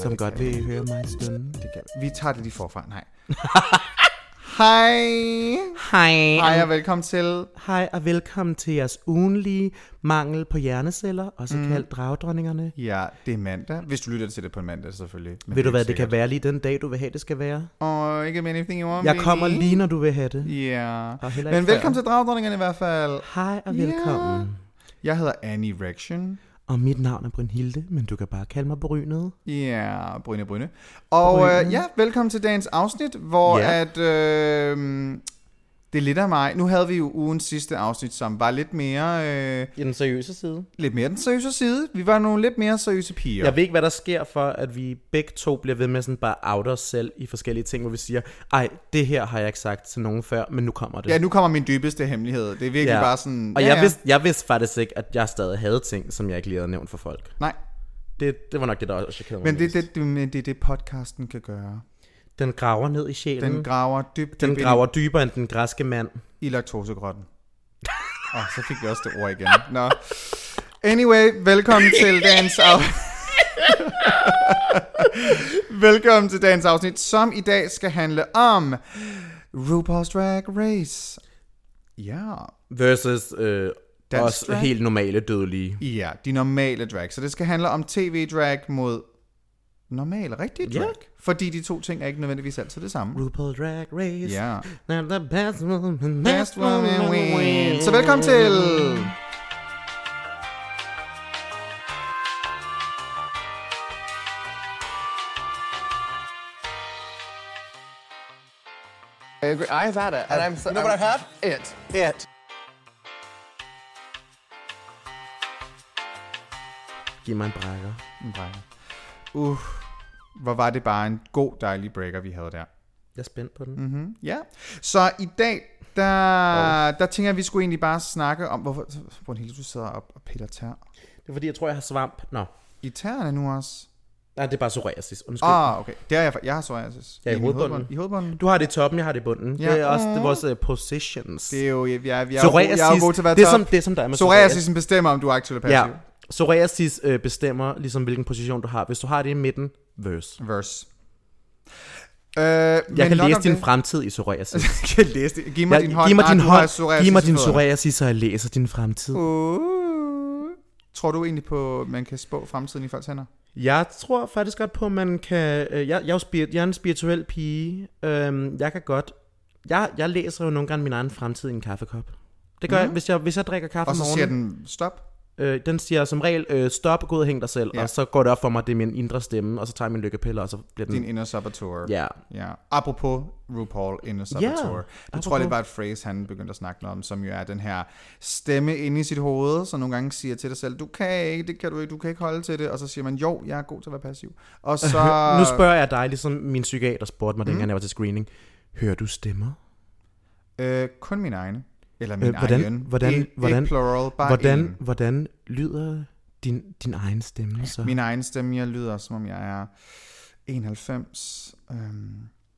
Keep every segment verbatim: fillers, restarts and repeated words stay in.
som godt vil høre mig stønne. Det kan vi. Vi tager det lige forfra. Nej. Hej. Hej. Hej og velkommen til. Hej og velkommen til jeres ugenlige mangel på hjerneceller, også mm. kaldt dragedronningerne. Ja, det er mandag. Hvis du lytter til det på en mandag, selvfølgelig. Men ved du hvad, det kan være lige den dag, du vil have, det skal være. Og ikke anything you want. Jeg kommer lige, når du vil have det. Ja. Yeah. Men velkommen til dragedronningerne i hvert fald. Hej og velkommen. Yeah. Jeg hedder Annie Rection. Og mit navn er Brynhilde, men du kan bare kalde mig Brynet. Ja, yeah, Bryne Bryne. Og øh, ja, velkommen til dagens afsnit, hvor yeah. at øh, det er lidt af mig. Nu havde vi jo ugens sidste afsnit, som var lidt mere øh, i den seriøse side. Lidt mere den seriøse side. Vi var nogle lidt mere seriøse piger. Jeg ved ikke, hvad der sker for, at vi begge to bliver ved med sådan bare out os selv i forskellige ting, hvor vi siger, ej, det her har jeg ikke sagt til nogen før, men nu kommer det. Ja, nu kommer min dybeste hemmelighed. Det er virkelig ja. bare sådan. Og ja, jeg, ja. vidste, jeg vidste faktisk ikke, at jeg stadig havde ting, som jeg ikke lige havde nævnt for folk. Nej. Det, det var nok det, der også chokerede mig. Men det er det, det, det, det, podcasten kan gøre. Den graver ned i sjælen. Den graver dybt. Den graver dybere end den græske mand. I laktosegrotten. Åh, oh, så fik jeg også det ord igen. Nå. Anyway, velkommen til dagens afsnit. Velkommen til dagens afsnit, som i dag skal handle om RuPaul's Drag Race. Ja. Versus øh, også drag. Helt normale dødelige. Ja, de normale drag. Så det skal handle om tv-drag mod normal, rigtig drag. Yeah. Fordi de to ting er ikke nødvendigvis altid det samme. RuPaul Drag Race. Ja. Yeah. The best woman, best woman win. Så velkommen til. I agree. I have had it, and I'm. So, you know what I've had? It. It. Giv mig en brækker. En brækker. Uh, hvor var det bare en god, dejlig breaker, vi havde der. Jeg er spændt på den. Mm-hmm. Ja. Så i dag, der, oh. der tænker jeg, at vi skulle egentlig bare snakke om, hvorfor, hvor hele du sidder op og piller tær. Det er fordi, jeg tror, jeg har svamp. Nå. I tæerne nu også? Nej, det er bare psoriasis. Undskyld. Ah, okay. Det er jeg, jeg har psoriasis. Ja, i, I hovedbunden. I hovedbunden. Du har det i toppen, jeg har det i bunden. Ja. Det er også det er vores uh, positions. Det er jo, jeg, jeg, jeg, psoriasis, jeg er jo god til at være det er top. som, det er som der er med psoriasisen bestemmer, om du er aktiv eller passiv. Ja. Psoriasis øh, bestemmer ligesom, hvilken position du har. Hvis du har det i midten, verse. Verse. Øh, jeg kan læse din det. fremtid i psoriasis. Jeg kan læse det. Giv mig ja, din hånd. Giv mig din, ah, hånd. Giv mig din psoriasis, så jeg læser din fremtid. Uh. Tror du egentlig på, at man kan spå fremtiden i folks hænder? Jeg tror faktisk godt på, at man kan. Øh, jeg, jeg, er spir- jeg er en spirituel pige. Øhm, jeg kan godt. Jeg, jeg læser jo nogle gange min egen fremtid i en kaffekop. Det gør mm. jeg, hvis jeg, hvis jeg drikker kaffe om morgenen. Og så siger den stop? Øh, den siger som regel, øh, stop, gå ud og hæng dig selv. Ja. Og så går det op for mig, det er min indre stemme. Og så tager jeg min lykkepiller, og så bliver den. Din inner saboteur. Ja. Ja. Apropos RuPaul, inner saboteur. Yeah. Det tror jeg, det var et phrase, han begyndte at snakke om, som jo er den her stemme inde i sit hoved, så nogle gange siger til dig selv, du kan ikke, det kan du ikke, du kan ikke holde til det. Og så siger man, jo, jeg er god til at være passiv. Og så. Nu spørger jeg dig, ligesom min psykiater spurgte mig, mm. dengang jeg var til screening. Hører du stemmer? Øh, kun mine egne. Eller min øh, hvordan, egen. Hvordan, ikke, hvordan, ikke plural, bare hvordan, en. hvordan lyder din, din egen stemme så? Min egen stemme, jeg lyder, som om jeg er enoghalvfems, øhm,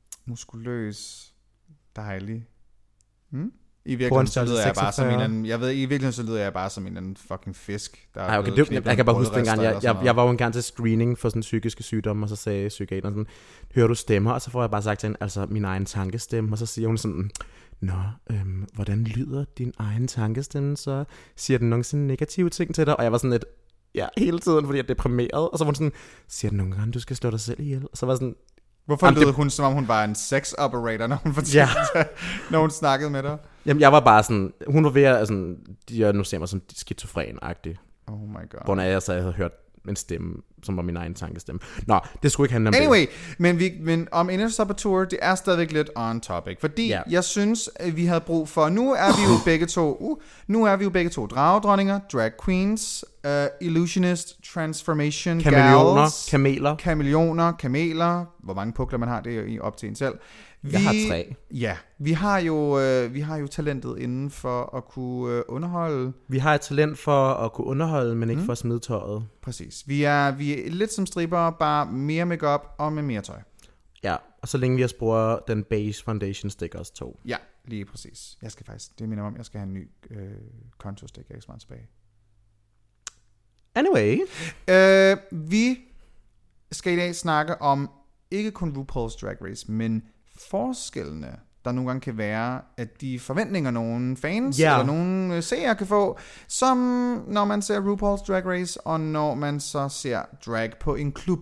muskuløs, dejlig. Hmm? I virkeligheden så lyder jeg bare som en anden, jeg ved, i virkeligheden så lyder jeg bare som en anden fucking fisk, der er Ej, okay, blevet det, jeg kan bare huske dengang, jeg, jeg, jeg var jo engang til screening for sådan psykiske sygdomme, og så sagde psykiateren sådan, hører du stemmer? Og så får jeg bare sagt til hende, altså min egen tankestemme, og så siger hun sådan, nå, øhm, hvordan lyder din egen tankestemme så? Siger den nogensinde negative ting til dig? Og jeg var sådan lidt, ja, hele tiden, fordi jeg er deprimeret. Og så var hun sådan, siger den nogle gange, du skal slå dig selv ihjel? Og så var sådan, hvorfor lød det hun, som om hun var en sex operator, når hun fortalte, ja. når hun snakkede med dig? Jamen, jeg var bare sådan, hun var ved at, altså, de nu ser mig som skizofren-agtig. Oh my god. Hvor jeg så havde hørt en stemme, som var min egen tankestemme. Nå, det skulle ikke handle om anyway, det. men, vi, men om inner saboteur, det er stadigvæk lidt on topic. Fordi yeah. jeg synes, at vi havde brug for, nu er vi jo begge to, uh, nu er vi jo begge to dragedronninger, drag queens, uh, illusionist, transformation kameleoner, gals. Kameler. Kameleoner, kameler. Hvor mange pukler man har, det er op til en selv. Vi, jeg har tre. Ja, vi har jo øh, vi har jo talentet inden for at kunne øh, underholde. Vi har et talent for at kunne underholde, men ikke mm. for at smide tøjet. Præcis. Vi er vi er lidt som stripper, bare mere makeup og med mere tøj. Ja, og så længe vi har brugt den base foundation sticker os to. Ja, lige præcis. Jeg skal faktisk, det minder mig om, jeg skal have en ny øh, contour stick, jeg tilbage. Anyway, øh, vi skal i dag snakke om ikke kun RuPaul's Drag Race, men forskellene, der nogle gange kan være, at de forventninger, nogle fans yeah. eller nogle seere kan få, som når man ser RuPaul's Drag Race, og når man så ser drag på en klub.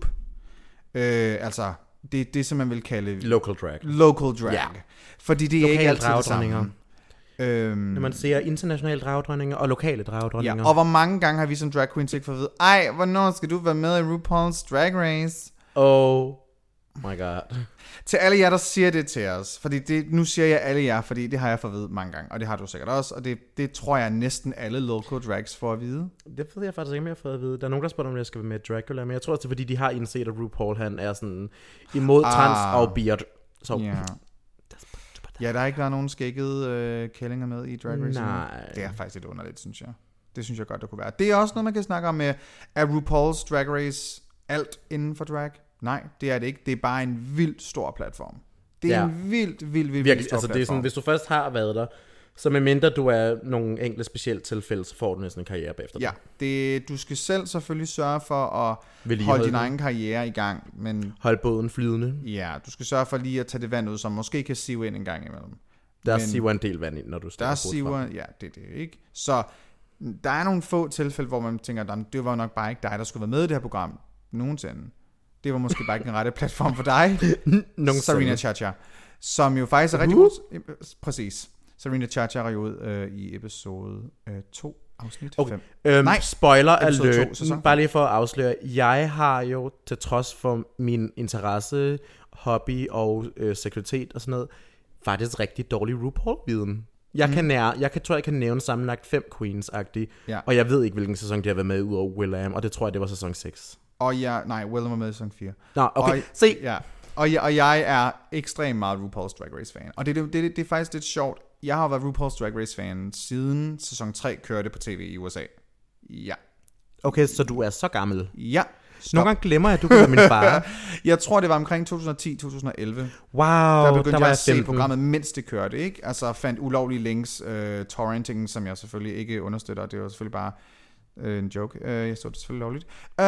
Øh, altså, det er det, som man vil kalde... Local drag. Local drag. Yeah. Fordi det er lokale ikke altid det samme. Øhm, når man ser internationale dragdronninger og lokale dragdronninger. Ja, og hvor mange gange har vi som drag queens ikke fået at vide, ej, hvornår skal du være med i RuPaul's Drag Race? Oh my god. Til alle jer, der siger det til os, fordi det, nu siger jeg alle jer, fordi det har jeg fået at vide mange gange, og det har du sikkert også, og det, det tror jeg næsten alle local drags får at vide. Det ved jeg faktisk ikke, om jeg har fået at vide. Der er nogen, der spørger, om jeg skal være med i Dracula, men jeg tror også, det er, fordi de har indset, at RuPaul han er sådan imod ah, trans og beard. Så... Yeah. Ja, der har ikke været nogen skækkede øh, kællinger med i Drag Race. Nej. Det er faktisk lidt underligt, synes jeg. Det synes jeg godt, der kunne være. Det er også noget, man kan snakke om med, er RuPaul's Drag Race alt inden for drag? Nej, det er det ikke. Det er bare en vildt stor platform. Det er ja. en vildt, vildt, vildt, vildt stor altså, platform. Det er sådan, hvis du først har været der, så medmindre du er nogle enkelte specielle tilfælde, så får du næsten en karriere bagefter. Ja, det, du skal selv selvfølgelig sørge for at holde din egen karriere i gang. Men hold båden flydende. Ja, du skal sørge for lige at tage det vand ud, som måske kan sive ind en gang imellem. Der men, siver en del vand ind, når du står der siver, ja, det er det ikke. Så der er nogle få tilfælde, hvor man tænker, det var nok bare ikke dig, der skulle være med i det her program nogensinde. Det var måske bare ikke den rette platform for dig. Serena Chacha, som jo faktisk er rigtig god. Præcis. Serena Chacha er jo ud øh, i episode to, øh, afsnit okay. fem. Øhm, Nej, spoiler alert. To, bare lige for at afsløre. Jeg har jo, til trods for min interesse, hobby og øh, sekretariat og sådan noget, faktisk rigtig dårlig RuPaul-viden. Jeg, mm. kan nære, jeg kan, tror, jeg kan nævne sammenlagt fem queens-agtige, ja. Og jeg ved ikke, hvilken sæson de har været med ud over Will.i.am, og det tror jeg, det var sæson seks. Og jeg, nej, Will.i.am var med i sæson fire. Nå, okay, og, se. Ja, og, jeg, og jeg er ekstremt meget RuPaul's Drag Race-fan, og det, det, det, det er faktisk lidt sjovt. Jeg har været RuPaul's Drag Race-fan siden sæson tre kørte på tv i U S A. Ja. Okay, så du er så gammel. Ja. Stop. Nogle gange glemmer jeg, at du kan være min far. Jeg tror, det var omkring to tusind og ti til to tusind og elleve. Wow, der begyndte der jeg var at se programmet, mens det kørte, ikke? Altså fandt ulovlige links, uh, torrenting, som jeg selvfølgelig ikke understøtter. Det var selvfølgelig bare uh, en joke. Uh, jeg så det selvfølgelig lovligt. Uh,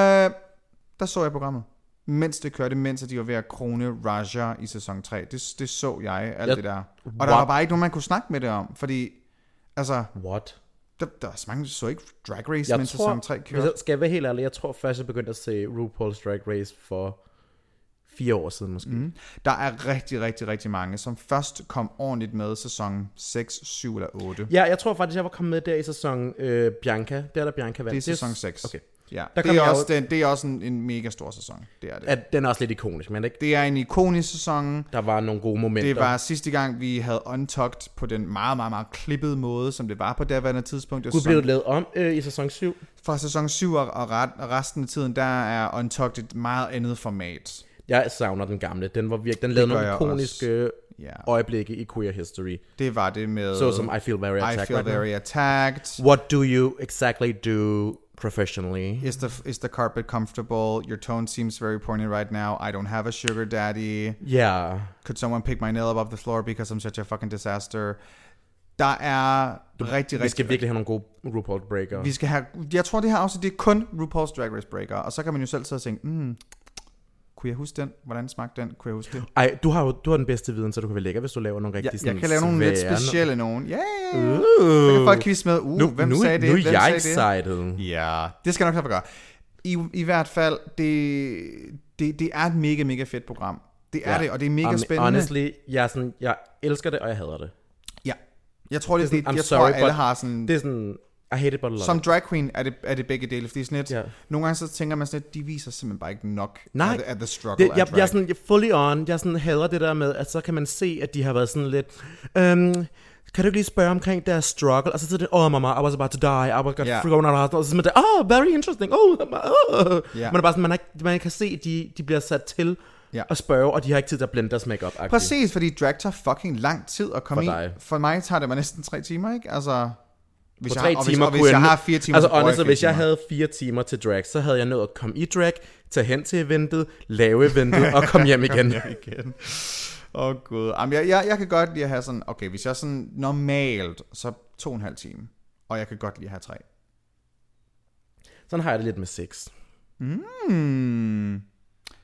der så jeg programmet, mens det kørte, mens de var ved at krone Raja i sæson tre. Det, det så jeg, alt yep. det der. Og What? Der var bare ikke nogen, man kunne snakke med det om, fordi, altså... What? Der, der er så mange, der så ikke Drag Race, mens sæson tre kørte. Skal jeg være helt ærlig, jeg tror først, jeg begyndte at se RuPaul's Drag Race for fire år siden måske. Mm. Der er rigtig, rigtig, rigtig mange, som først kom ordentligt med sæson seks, syv eller otte. Ja, jeg tror faktisk, jeg var kommet med der i sæson øh, Bianca. Der er der Bianca vandt. Det er sæson seks. Okay. Ja, det er, også, den, det er også en, en mega stor sæson. Det er det. At den er også lidt ikonisk, men ikke? Det er en ikonisk sæson. Der var nogle gode momenter. Det var sidste gang, vi havde Untucked på den meget, meget, meget klippede måde, som det var på derværende tidspunkt. Gud, blev det lavet om øh, i sæson syv? Fra sæson syv og, og resten af tiden, der er Untucked et meget andet format. Jeg savner den gamle. Den var virkelig, den lavede nogle ikoniske yeah. øjeblikke i queer history. Det var det med... Så som I Feel Very Attacked. I Feel right Very now. Attacked. What do you exactly do professionally? Is the is the carpet comfortable? Your tone seems very pointed right now. I don't have a sugar daddy. Yeah. Could someone pick my nail up off the floor because I'm such a fucking disaster? Der er du, rigtig, rigtig... Vi skal virkelig have nogle gode RuPaul breaker. Vi skal have... Jeg tror, det her afsnit, det er kun RuPaul's Drag Race breaker. Og så kan man jo selv sidde og tænke, mm, kunne jeg huske den? Hvordan smagte den? Kunne jeg huske det? Ej, du har jo du har den bedste viden, så du kan vel lægge, hvis du laver nogle rigtig ja, sådan jeg kan lave nogle lidt specielle nogen. Ja, yeah, yeah. uh, Så kan folk quiz med, uh, nu, hvem nu, sagde det? Nu er hvem jeg excited. Ja, det skal jeg nok gøre. I, I hvert fald, det, det, det er et mega, mega fedt program. Det er ja. det, og det er mega um, spændende. Honestly, jeg, er sådan, jeg elsker det, og jeg hader det. Ja, jeg tror, det, det, det, jeg sorry, tror alle har sådan... Det er sådan... I hate it, but I love Som it. drag queen er det, er det begge dele, fordi sådan lidt, yeah. nogle gange så tænker man sådan lidt, de viser simpelthen bare ikke nok Nej. At, the, at the struggle det, jeg, at drag. Jeg er sådan, jeg fully on, jeg sådan hader det der med, at så kan man se, at de har været sådan lidt, øhm, kan du ikke lige spørge omkring deres struggle, og så siger det, oh mama, I was about to die, I was got yeah. thrown out of hospital, og så siger man, oh, very interesting, oh, oh. Yeah. Man er bare sådan, man, er, man kan se, at de, de bliver sat til ja. at spørge, og de har ikke tid til at blende deres make-up. Præcis, fordi drag tager fucking lang tid at komme for i. For mig tager det mig næsten tre timer, ikke? Altså... Hvis på jeg, tre og timer hvis, og hvis jeg har fire timer, altså honestly, hvis timer. jeg havde fire timer til drag, så havde jeg nået at komme i drag, tage hen til eventet, lave eventet og komme hjem igen. igen. Åh oh, gud. Jamen, jeg, jeg, jeg kan godt lide at have sådan, okay, hvis jeg er sådan normalt, så to og en halv time. Og jeg kan godt lide at have tre. Sådan har jeg det lidt med sex. Mm.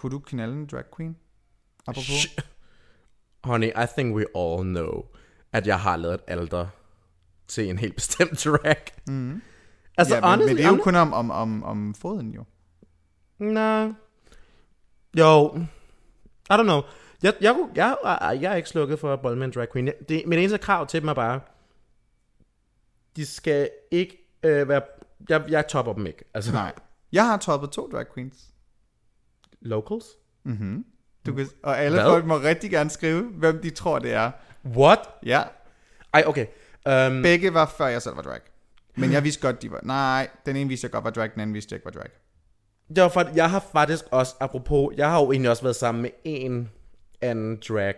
Kunne du knalde en drag queen? Apropos. Honey, I think we all know, at jeg har lavet et alter til en helt bestemt drag. Mm. Altså, ja, men, honestly, men det er jo kun om, om, om, om foden, jo. Nej. Jo. I don't know. Jeg, jeg, jeg, jeg, jeg er ikke slukket for at bolle med en drag queen. Det, mit eneste krav til dem er bare, de skal ikke øh, være... Jeg, jeg topper dem ikke. Altså. Nej. Jeg har toppet to drag queens. Locals? Mhm. Du kan, og alle Hvad? folk må rigtig gerne skrive, hvem de tror, det er. What? Ja. Ej, okay. Um, Begge var før jeg selv var drag. Men jeg vidste godt, de var... Nej, den ene vidste jeg godt var drag, den anden vidste jeg ikke var drag. det var for, jeg har faktisk også, apropos, jeg har jo egentlig også været sammen med en anden drag.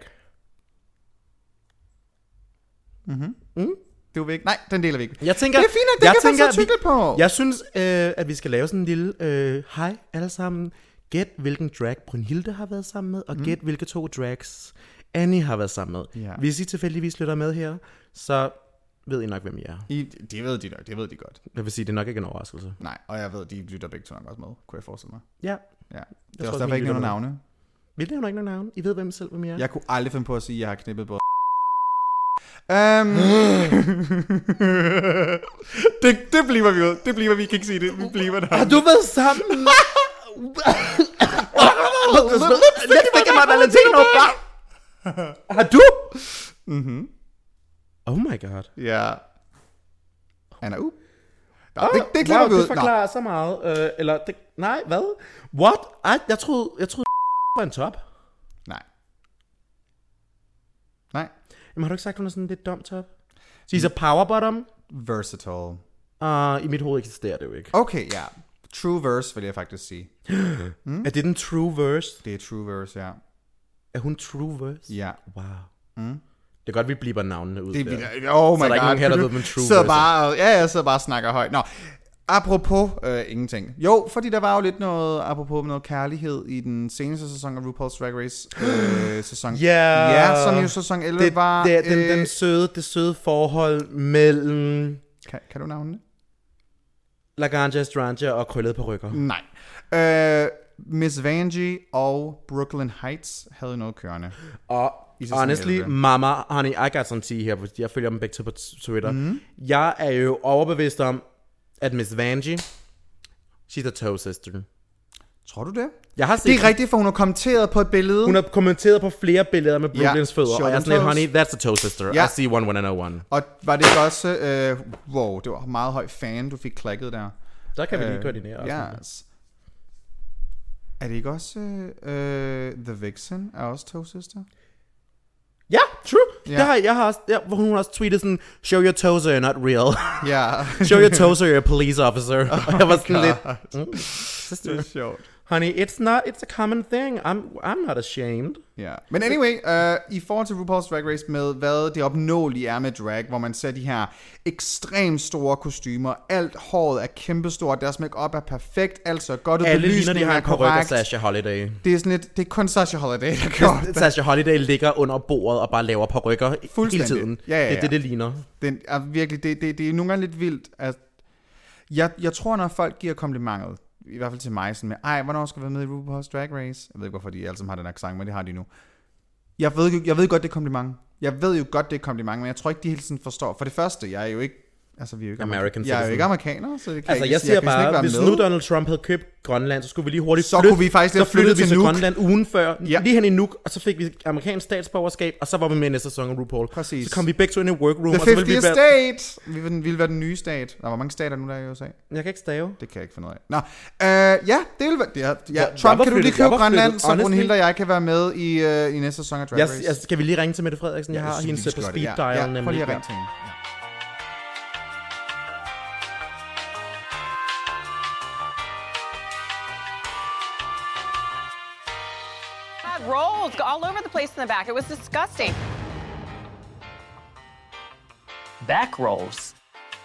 Mhm. Mm? Det var ikke... Nej, den deler vi ikke. Jeg tænker, det er fint, at det jeg kan tænker, være så tykket på. Jeg synes, øh, at vi skal lave sådan en lille øh, hej alle sammen. Gæt hvilken drag Brynhilde har været sammen med, og mm. gæt hvilke to drags Annie har været sammen med. Ja. Hvis I tilfældigvis lytter med her, så ved I nok, hvem I er. I, det ved de nok, det ved de godt. Jeg vil sige, det er nok ikke en overraskelse. Nej, og jeg ved, de lytter begge to nok også med, kunne jeg forestille mig. Ja. Ja. Det er tror, også derfor mine ikke lytter nogen med. navne. Vi nævner ikke nogen navn. I ved hvem selv, hvem I er. Jeg kunne aldrig finde på at sige, at jeg har knippet både. Um, det, det bliver vi ud. Det bliver vi. Kan ikke sige det. Vi bliver der. Har du været sammen? Lipstick af mig, Valentino. Har du? Mhm. Oh my god. Ja. Anna, uh. Nå, Oh, det, det klipper wow, vi ud. det forklarer så meget. Uh, eller, det, nej, hvad? What? Ej, jeg troede, jeg troede, var en top. Nej. Nej. Jamen, har du ikke sagt, hun er sådan lidt dum top? She's a power bottom. Versatile. Uh, I mit hoved eksisterer det jo ikke. Okay, ja. True verse, vil jeg faktisk sige. Mm? Er det den true verse? Det er true verse, ja. Er hun true verse? Ja. Wow. Mm. Det er godt, vi bliver navnene ud Det der. er, oh my så er der god. ikke nogen her, der ved, men true så verse. bare, ja, jeg sidder bare og snakker højt. Nå, apropos øh, ingenting. Jo, fordi der var jo lidt noget, apropos noget kærlighed i den seneste sæson af RuPaul's Drag Race øh, sæson. Ja. Ja, som jo sæson elleve det, var. Det, den, øh, den søde, det søde forhold mellem kan, kan du navne det? Laganja Stranja og krøllede perukker. Nej. Øh, Miss Vanjie og Brooklyn Heights havde noget kørende. Og honestly, mama, honey, I got some tea her, fordi jeg følger dem begge to på Twitter. Mm. Jeg er jo overbevist om, at Miss Vanjie, she's a toe sister. Tror du det? Jeg har set det er rigtigt, for hun har kommenteret på et billede. Hun har kommenteret på flere billeder med Brooklyns ja, fødder, og jeg er sådan lidt, honey, that's a toe sister. Ja. I see one when I know one. Og var det ikke også, øh, wow, det var meget høj fan, du fik klikket der. Der kan vi lige koordinere også. Yes. Er det ikke også øh, The Vixen er også toe sister? Ja, yeah, true. Yeah. Det har jeg har også, ja, hvor hun har også tweetet sådan, show your toes are not real. Ja. Yeah. Show your toes are a police officer. Oh, og jeg var sådan lidt, mm, sister. Det er sjovt. Honey, it's not, it's a common thing. I'm, I'm not ashamed. Ja, yeah. Men anyway, uh, i forhold til RuPaul's Drag Race med, hvad det opnåelige er med drag, hvor man ser de her ekstremt store kostymer, alt håret er kæmpestort, deres make-up er perfekt, altså godt ud, alle ligner, de har en paryk af korrekt. Sasha Holiday. Det er sådan lidt, det er kun Sasha Holiday, der gør det. Sasha Holiday ligger under bordet og bare laver parykker hele tiden. Ja, ja, ja. Det er det, det ligner. Det er virkelig, det, det, det er nogle gange lidt vildt, at jeg, jeg tror, når folk giver komplimentet, i hvert fald til mig, sådan med, ej, hvornår skal vi være med i RuPaul's Drag Race? Jeg ved ikke, hvorfor de alle sammen har den accent, men det har de nu. Jeg ved, jeg ved godt, det er kompliment. Jeg ved jo godt, det er kompliment, men jeg tror ikke, de hele tiden forstår. For det første, jeg er jo ikke, altså vi er jo ikke, American jeg er jo ikke amerikaner, så det kan altså, jeg, jeg siger jeg bare, hvis med. nu Donald Trump havde købt Grønland, så skulle vi lige hurtigt så flytte. Kunne vi faktisk så flyttede vi til Nuuk. Grønland ugen før, ja. lige hen i Nuuk, og så fik vi amerikansk statsborgerskab, og så var vi med i næste sæson af RuPaul. Præcis. Så kom vi begge to ind i workroom. The og så ville fiftieth vi være... state! Vi ville, ville være den nye stat. Der var mange stater nu, der er i U S A. Jeg kan ikke stave. Det kan jeg ikke finde ud af. Nå, øh, ja, det vil være... Ja, ja. Trump, kan du lige købe Grønland, så Brunhilde og jeg kan være med i, uh, i næste sæson af Drag Race? Jeg, jeg, skal vi lige ringe til Mette Frederiksen? Jeg ja, har jeg hendes på speed dial. Ja, ja, nemlig. prøv lige at ringe til hende. Ja. Rolls all over the place in the back. It was disgusting. Back rolls.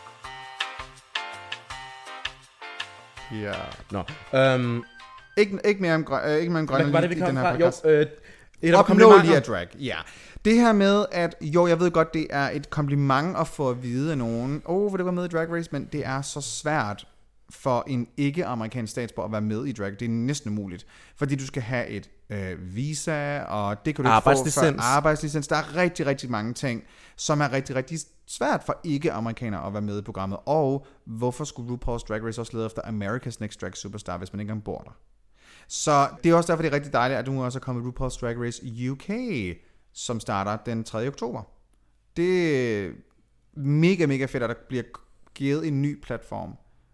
Ja. Nå. Um, ikke, ikke mere om, grøn, øh, ikke mere om Grønland. Hvad var det, vi kom fra? Podcast. Jo, øh, et opnåelige af drag. Ja. Det her med, at jo, jeg ved godt, det er et kompliment at få at vide af nogen. Åh, oh, vil du være med i Drag Race? Men det er så svært for en ikke-amerikansk statsborger at være med i drag. Det er næsten umuligt, fordi du skal have et øh, visa, og det kan du ikke få for arbejdslicens. Der er rigtig, rigtig mange ting, som er rigtig, rigtig svært for ikke-amerikanere at være med i programmet. Og hvorfor skulle RuPaul's Drag Race også lede efter America's Next Drag Superstar, hvis man ikke engang bor der? Så det er også derfor, det er rigtig dejligt, at du nu også er kommet RuPaul's Drag Race U K, som starter den tredje oktober. Det er mega, mega fedt, at der bliver givet en ny platform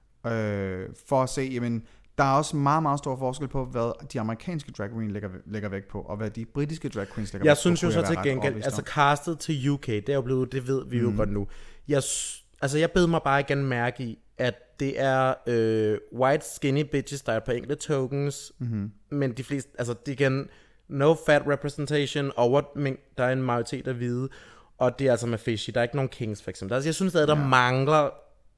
øh, for at se, jamen, der er også meget, meget stor forskel på, hvad de amerikanske drag queens lægger, lægger vægt på, og hvad de britiske drag queens lægger jeg vægt på. Jeg synes jo så til gengæld, altså castet til U K, det er jo blevet, det ved vi jo mm. godt nu. Jeg, altså jeg bed mig bare igen mærke i, at det er øh, white skinny bitches, der er på enkelte tokens, mm-hmm. men de fleste, altså de kan no fat representation over, men der er en majoritet af hvide, og det er altså med fishy, der er ikke nogen kings for eksempel. Altså jeg synes at der ja. mangler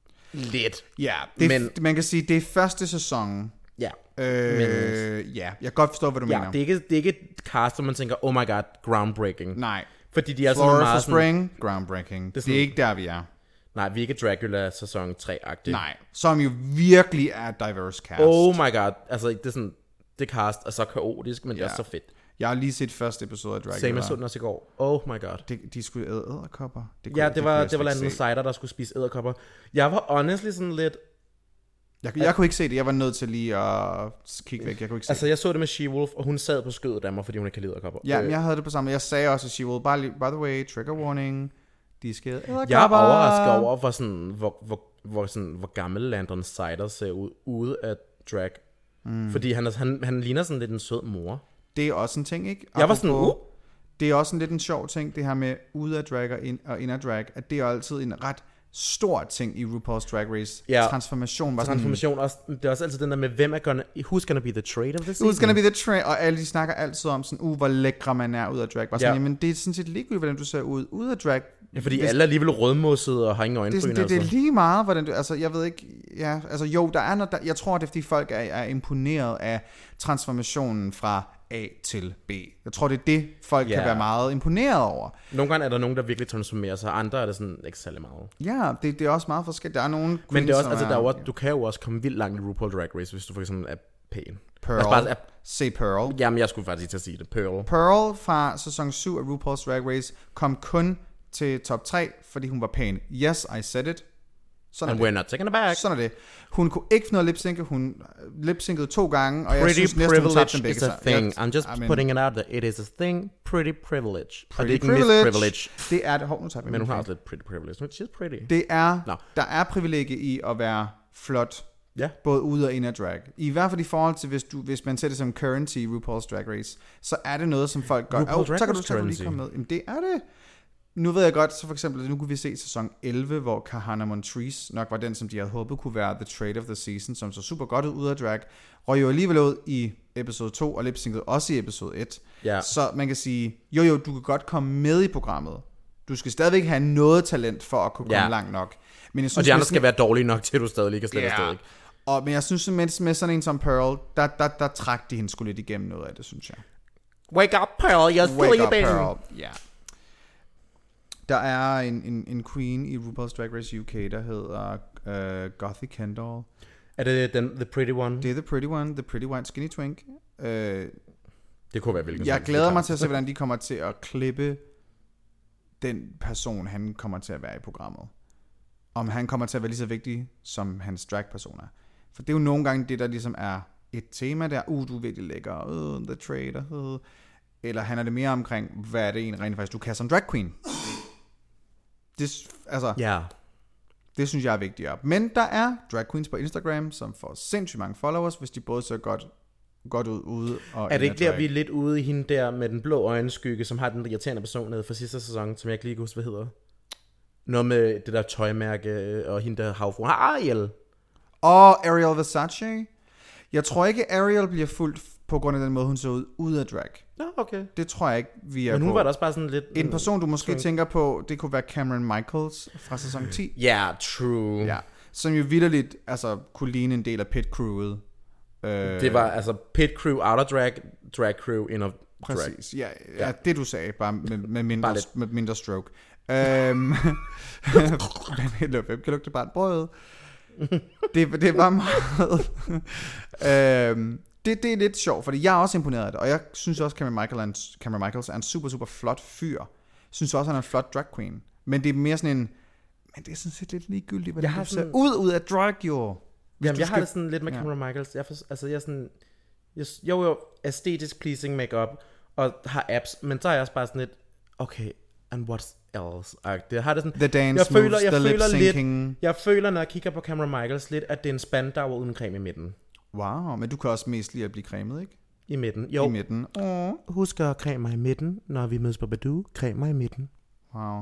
lidt. Ja, det, men, man kan sige, det er første sæson. Ja. Øh, men, ja, jeg kan godt forstå, hvad du ja, mener. Det er, ikke, det er ikke et cast, hvor man tænker, oh my god, groundbreaking. Nej. Fordi de er Flora sådan meget for Spring, sådan, groundbreaking. Det er, sådan, det er ikke der, vi er. Nej, vi er ikke Dracula sæson tre-agtigt. Nej, som jo virkelig er diverse cast. Oh my god, altså det er sådan, det cast er så kaotisk, men ja. det er så fedt. Jeg har lige set første episode af Dracula. Same as sådan også i går. Oh my god. De, de skulle æde æderkopper. Det ja, det, det var, det var Landon Cider, der skulle spise æderkopper. Jeg var honestly sådan lidt... Jeg, jeg, jeg kunne ikke se det. Jeg var nødt til lige at kigge væk. Jeg kunne ikke se altså, det. jeg så det med She-Wolf, og hun sad på skødet af mig, fordi hun ikke kan lide æderkopper. Ja, men jeg havde det på samme. Jeg sagde også til She-Wolf, bare lige, by the way, trigger warning. De skal æderkopper. Jeg er overrasket over, hvor, sådan, hvor, hvor, hvor, sådan, hvor gammel Landon Cider ser ud ude af drag. Mm. Fordi han, han, han ligner sådan lidt en sød mor. Det er også en ting, ikke? Jeg var sådan, uh. Det er også en lidt en sjov ting, det her med ude af drag og ind, og ind af drag, at det er altid en ret stor ting i RuPaul's Drag Race. Ja. Transformation var Transformation, sådan, også, det er også altid den der med, hvem er gonna, who's gonna be the trade of the season? Who's gonna be the trade, og alle de snakker altid om sådan, uh, hvor lækre man er ud af drag. Bare sådan, ja. Jamen, det er sådan set ligegyldigt, hvordan du ser ud ud af drag. Ja, fordi Hvis, alle er alligevel rødmossede og har ingen øjenbryn. Det, det, altså. det er lige meget, hvordan du, altså jeg ved ikke, ja, altså jo, der er noget, der, jeg tror, det er fordi folk er, er imponeret af transformationen fra A til B. Jeg tror, det er det, folk yeah. kan være meget imponeret over. Nogle gange er der nogen, der virkelig transformerer sig, andre er det sådan ikke særlig meget. Ja, det, det er også meget forskelligt. Der er nogen Men det er også, altså, der er også, du kan jo også komme vildt langt i RuPaul Drag Race, hvis du for eksempel er pæn. Pearl. Altså bare, er, Se Pearl. Jamen, jeg skulle faktisk til at sige det. Pearl. Pearl fra sæson syv af RuPaul's Drag Race kom kun til top tre, fordi hun var pæn. Yes, I said it. Sådan And we're not taking it back. Sådan er det. Hun kunne ikke finde noget lip-synke. Hun lip-synkede to gange, og jeg synes næsten, hun tabte den begge sig. Pretty privilege is a thing. I'm just I mean, putting it out there. It is a thing. Pretty privilege. Pretty det privilege. privilege. Det er det. Hov, nu tager Men hun har også lidt pretty privilege. She's pretty. Det er, no. Der er privilegie i at være flot. Ja. Både ud og ind af drag. I hvert fald i forhold til, hvis, du, hvis man ser det som currency i RuPaul's Drag Race, så er det noget, som folk gør. Oh, så kan du, så kan du lige komme med. Jamen, det er det. Nu ved jeg godt, så for eksempel, nu kunne vi se sæson elleve, hvor Kahana Montrese nok var den, som de havde håbet kunne være the trade of the season, som så super godt ud ud af drag, røg jo alligevel ud i episode to, og lipsynkede også i episode et. Ja. Så man kan sige, jo jo, du kan godt komme med i programmet. Du skal stadigvæk have noget talent for at kunne komme ja. langt nok. Men jeg synes, og de andre skal være dårlige nok til, at du stadig kan slippe yeah. afsted. Og, men jeg synes, med, med sådan en som Pearl, der, der, der trak de hende sgu lidt igennem noget af det, synes jeg. Wake up, Pearl, you're Wake sleeping. Up, Pearl, ja. Yeah. Der er en, en, en queen i RuPaul's Drag Race U K, der hedder uh, Gothy Kendall. Er det den, The Pretty One? Det er The Pretty One, The Pretty White Skinny Twink. Uh, det kunne være hvilken. Jeg glæder mig til at se, hvordan de kommer til at klippe den person, han kommer til at være i programmet. Om han kommer til at være lige så vigtig, som hans drag-person er. For det er jo nogle gange det, der ligesom er et tema der. Uh, du er virkelig lækker. Uh, the trader. Uh. Eller han er det mere omkring, hvad er det egentlig rent faktisk, du kan som drag queen. Det, altså, yeah. det synes jeg er vigtigt op. Men der er drag queens på Instagram, som får sindssygt mange followers, hvis de både ser godt, godt ud ude og er det ikke der, vi er lidt ude i hende der med den blå øjenskygge, som har den irriterende personlighed fra sidste sæson, som jeg ikke lige kan huske, hvad hedder? Noget med det der tøjmærke og hende der havfru. Ariel. Og Ariel Versace. Jeg tror ikke, Ariel bliver fuldt på grund af den måde, hun så ud, ud af drag. Ja, okay. Det tror jeg ikke, vi er på. Men hun på. Var da også bare sådan lidt... En person, du måske twink. tænker på, det kunne være Cameron Michaels fra sæson ti. Ja, yeah, true. Ja, som jo vitterligt altså, kunne ligne en del af pit crewet. Uh, det var altså pit crew, outer drag, drag crew, inner drag. Præcis, ja, ja, ja, det du sagde, bare med, med, mindre, med mindre stroke. Um, hvem kan lugte barnbrød? det, det var meget... øhm, det, det er lidt sjovt, fordi jeg er også imponeret af det, og jeg synes også, Cameron Michael er en, Cameron Michaels er en super, super flot fyr. Jeg synes også, han er en flot drag queen. Men det er mere sådan en... Men det er sådan set lidt ligegyldigt, hvad det ser ud ud af drag, jo. Jamen, jeg skal... har det sådan lidt med Cameron ja. Michaels. Jeg, for, altså, jeg er sådan... Jeg, jo, jo, æstetisk pleasing makeup og har apps, men så er jeg også bare sådan lidt... Okay, and what else? Jeg har det sådan... The dance jeg føler, moves, jeg the føler lip-syncing. Lidt, jeg føler, når jeg kigger på Cameron Michaels lidt, at det er en spandau uden creme i midten. Wow, men du kan også mest lide at blive cremet, ikke? I midten, jo. I midten. Oh. Husk at creme mig i midten, når vi mødes på Badoo. Creme mig i midten. Wow.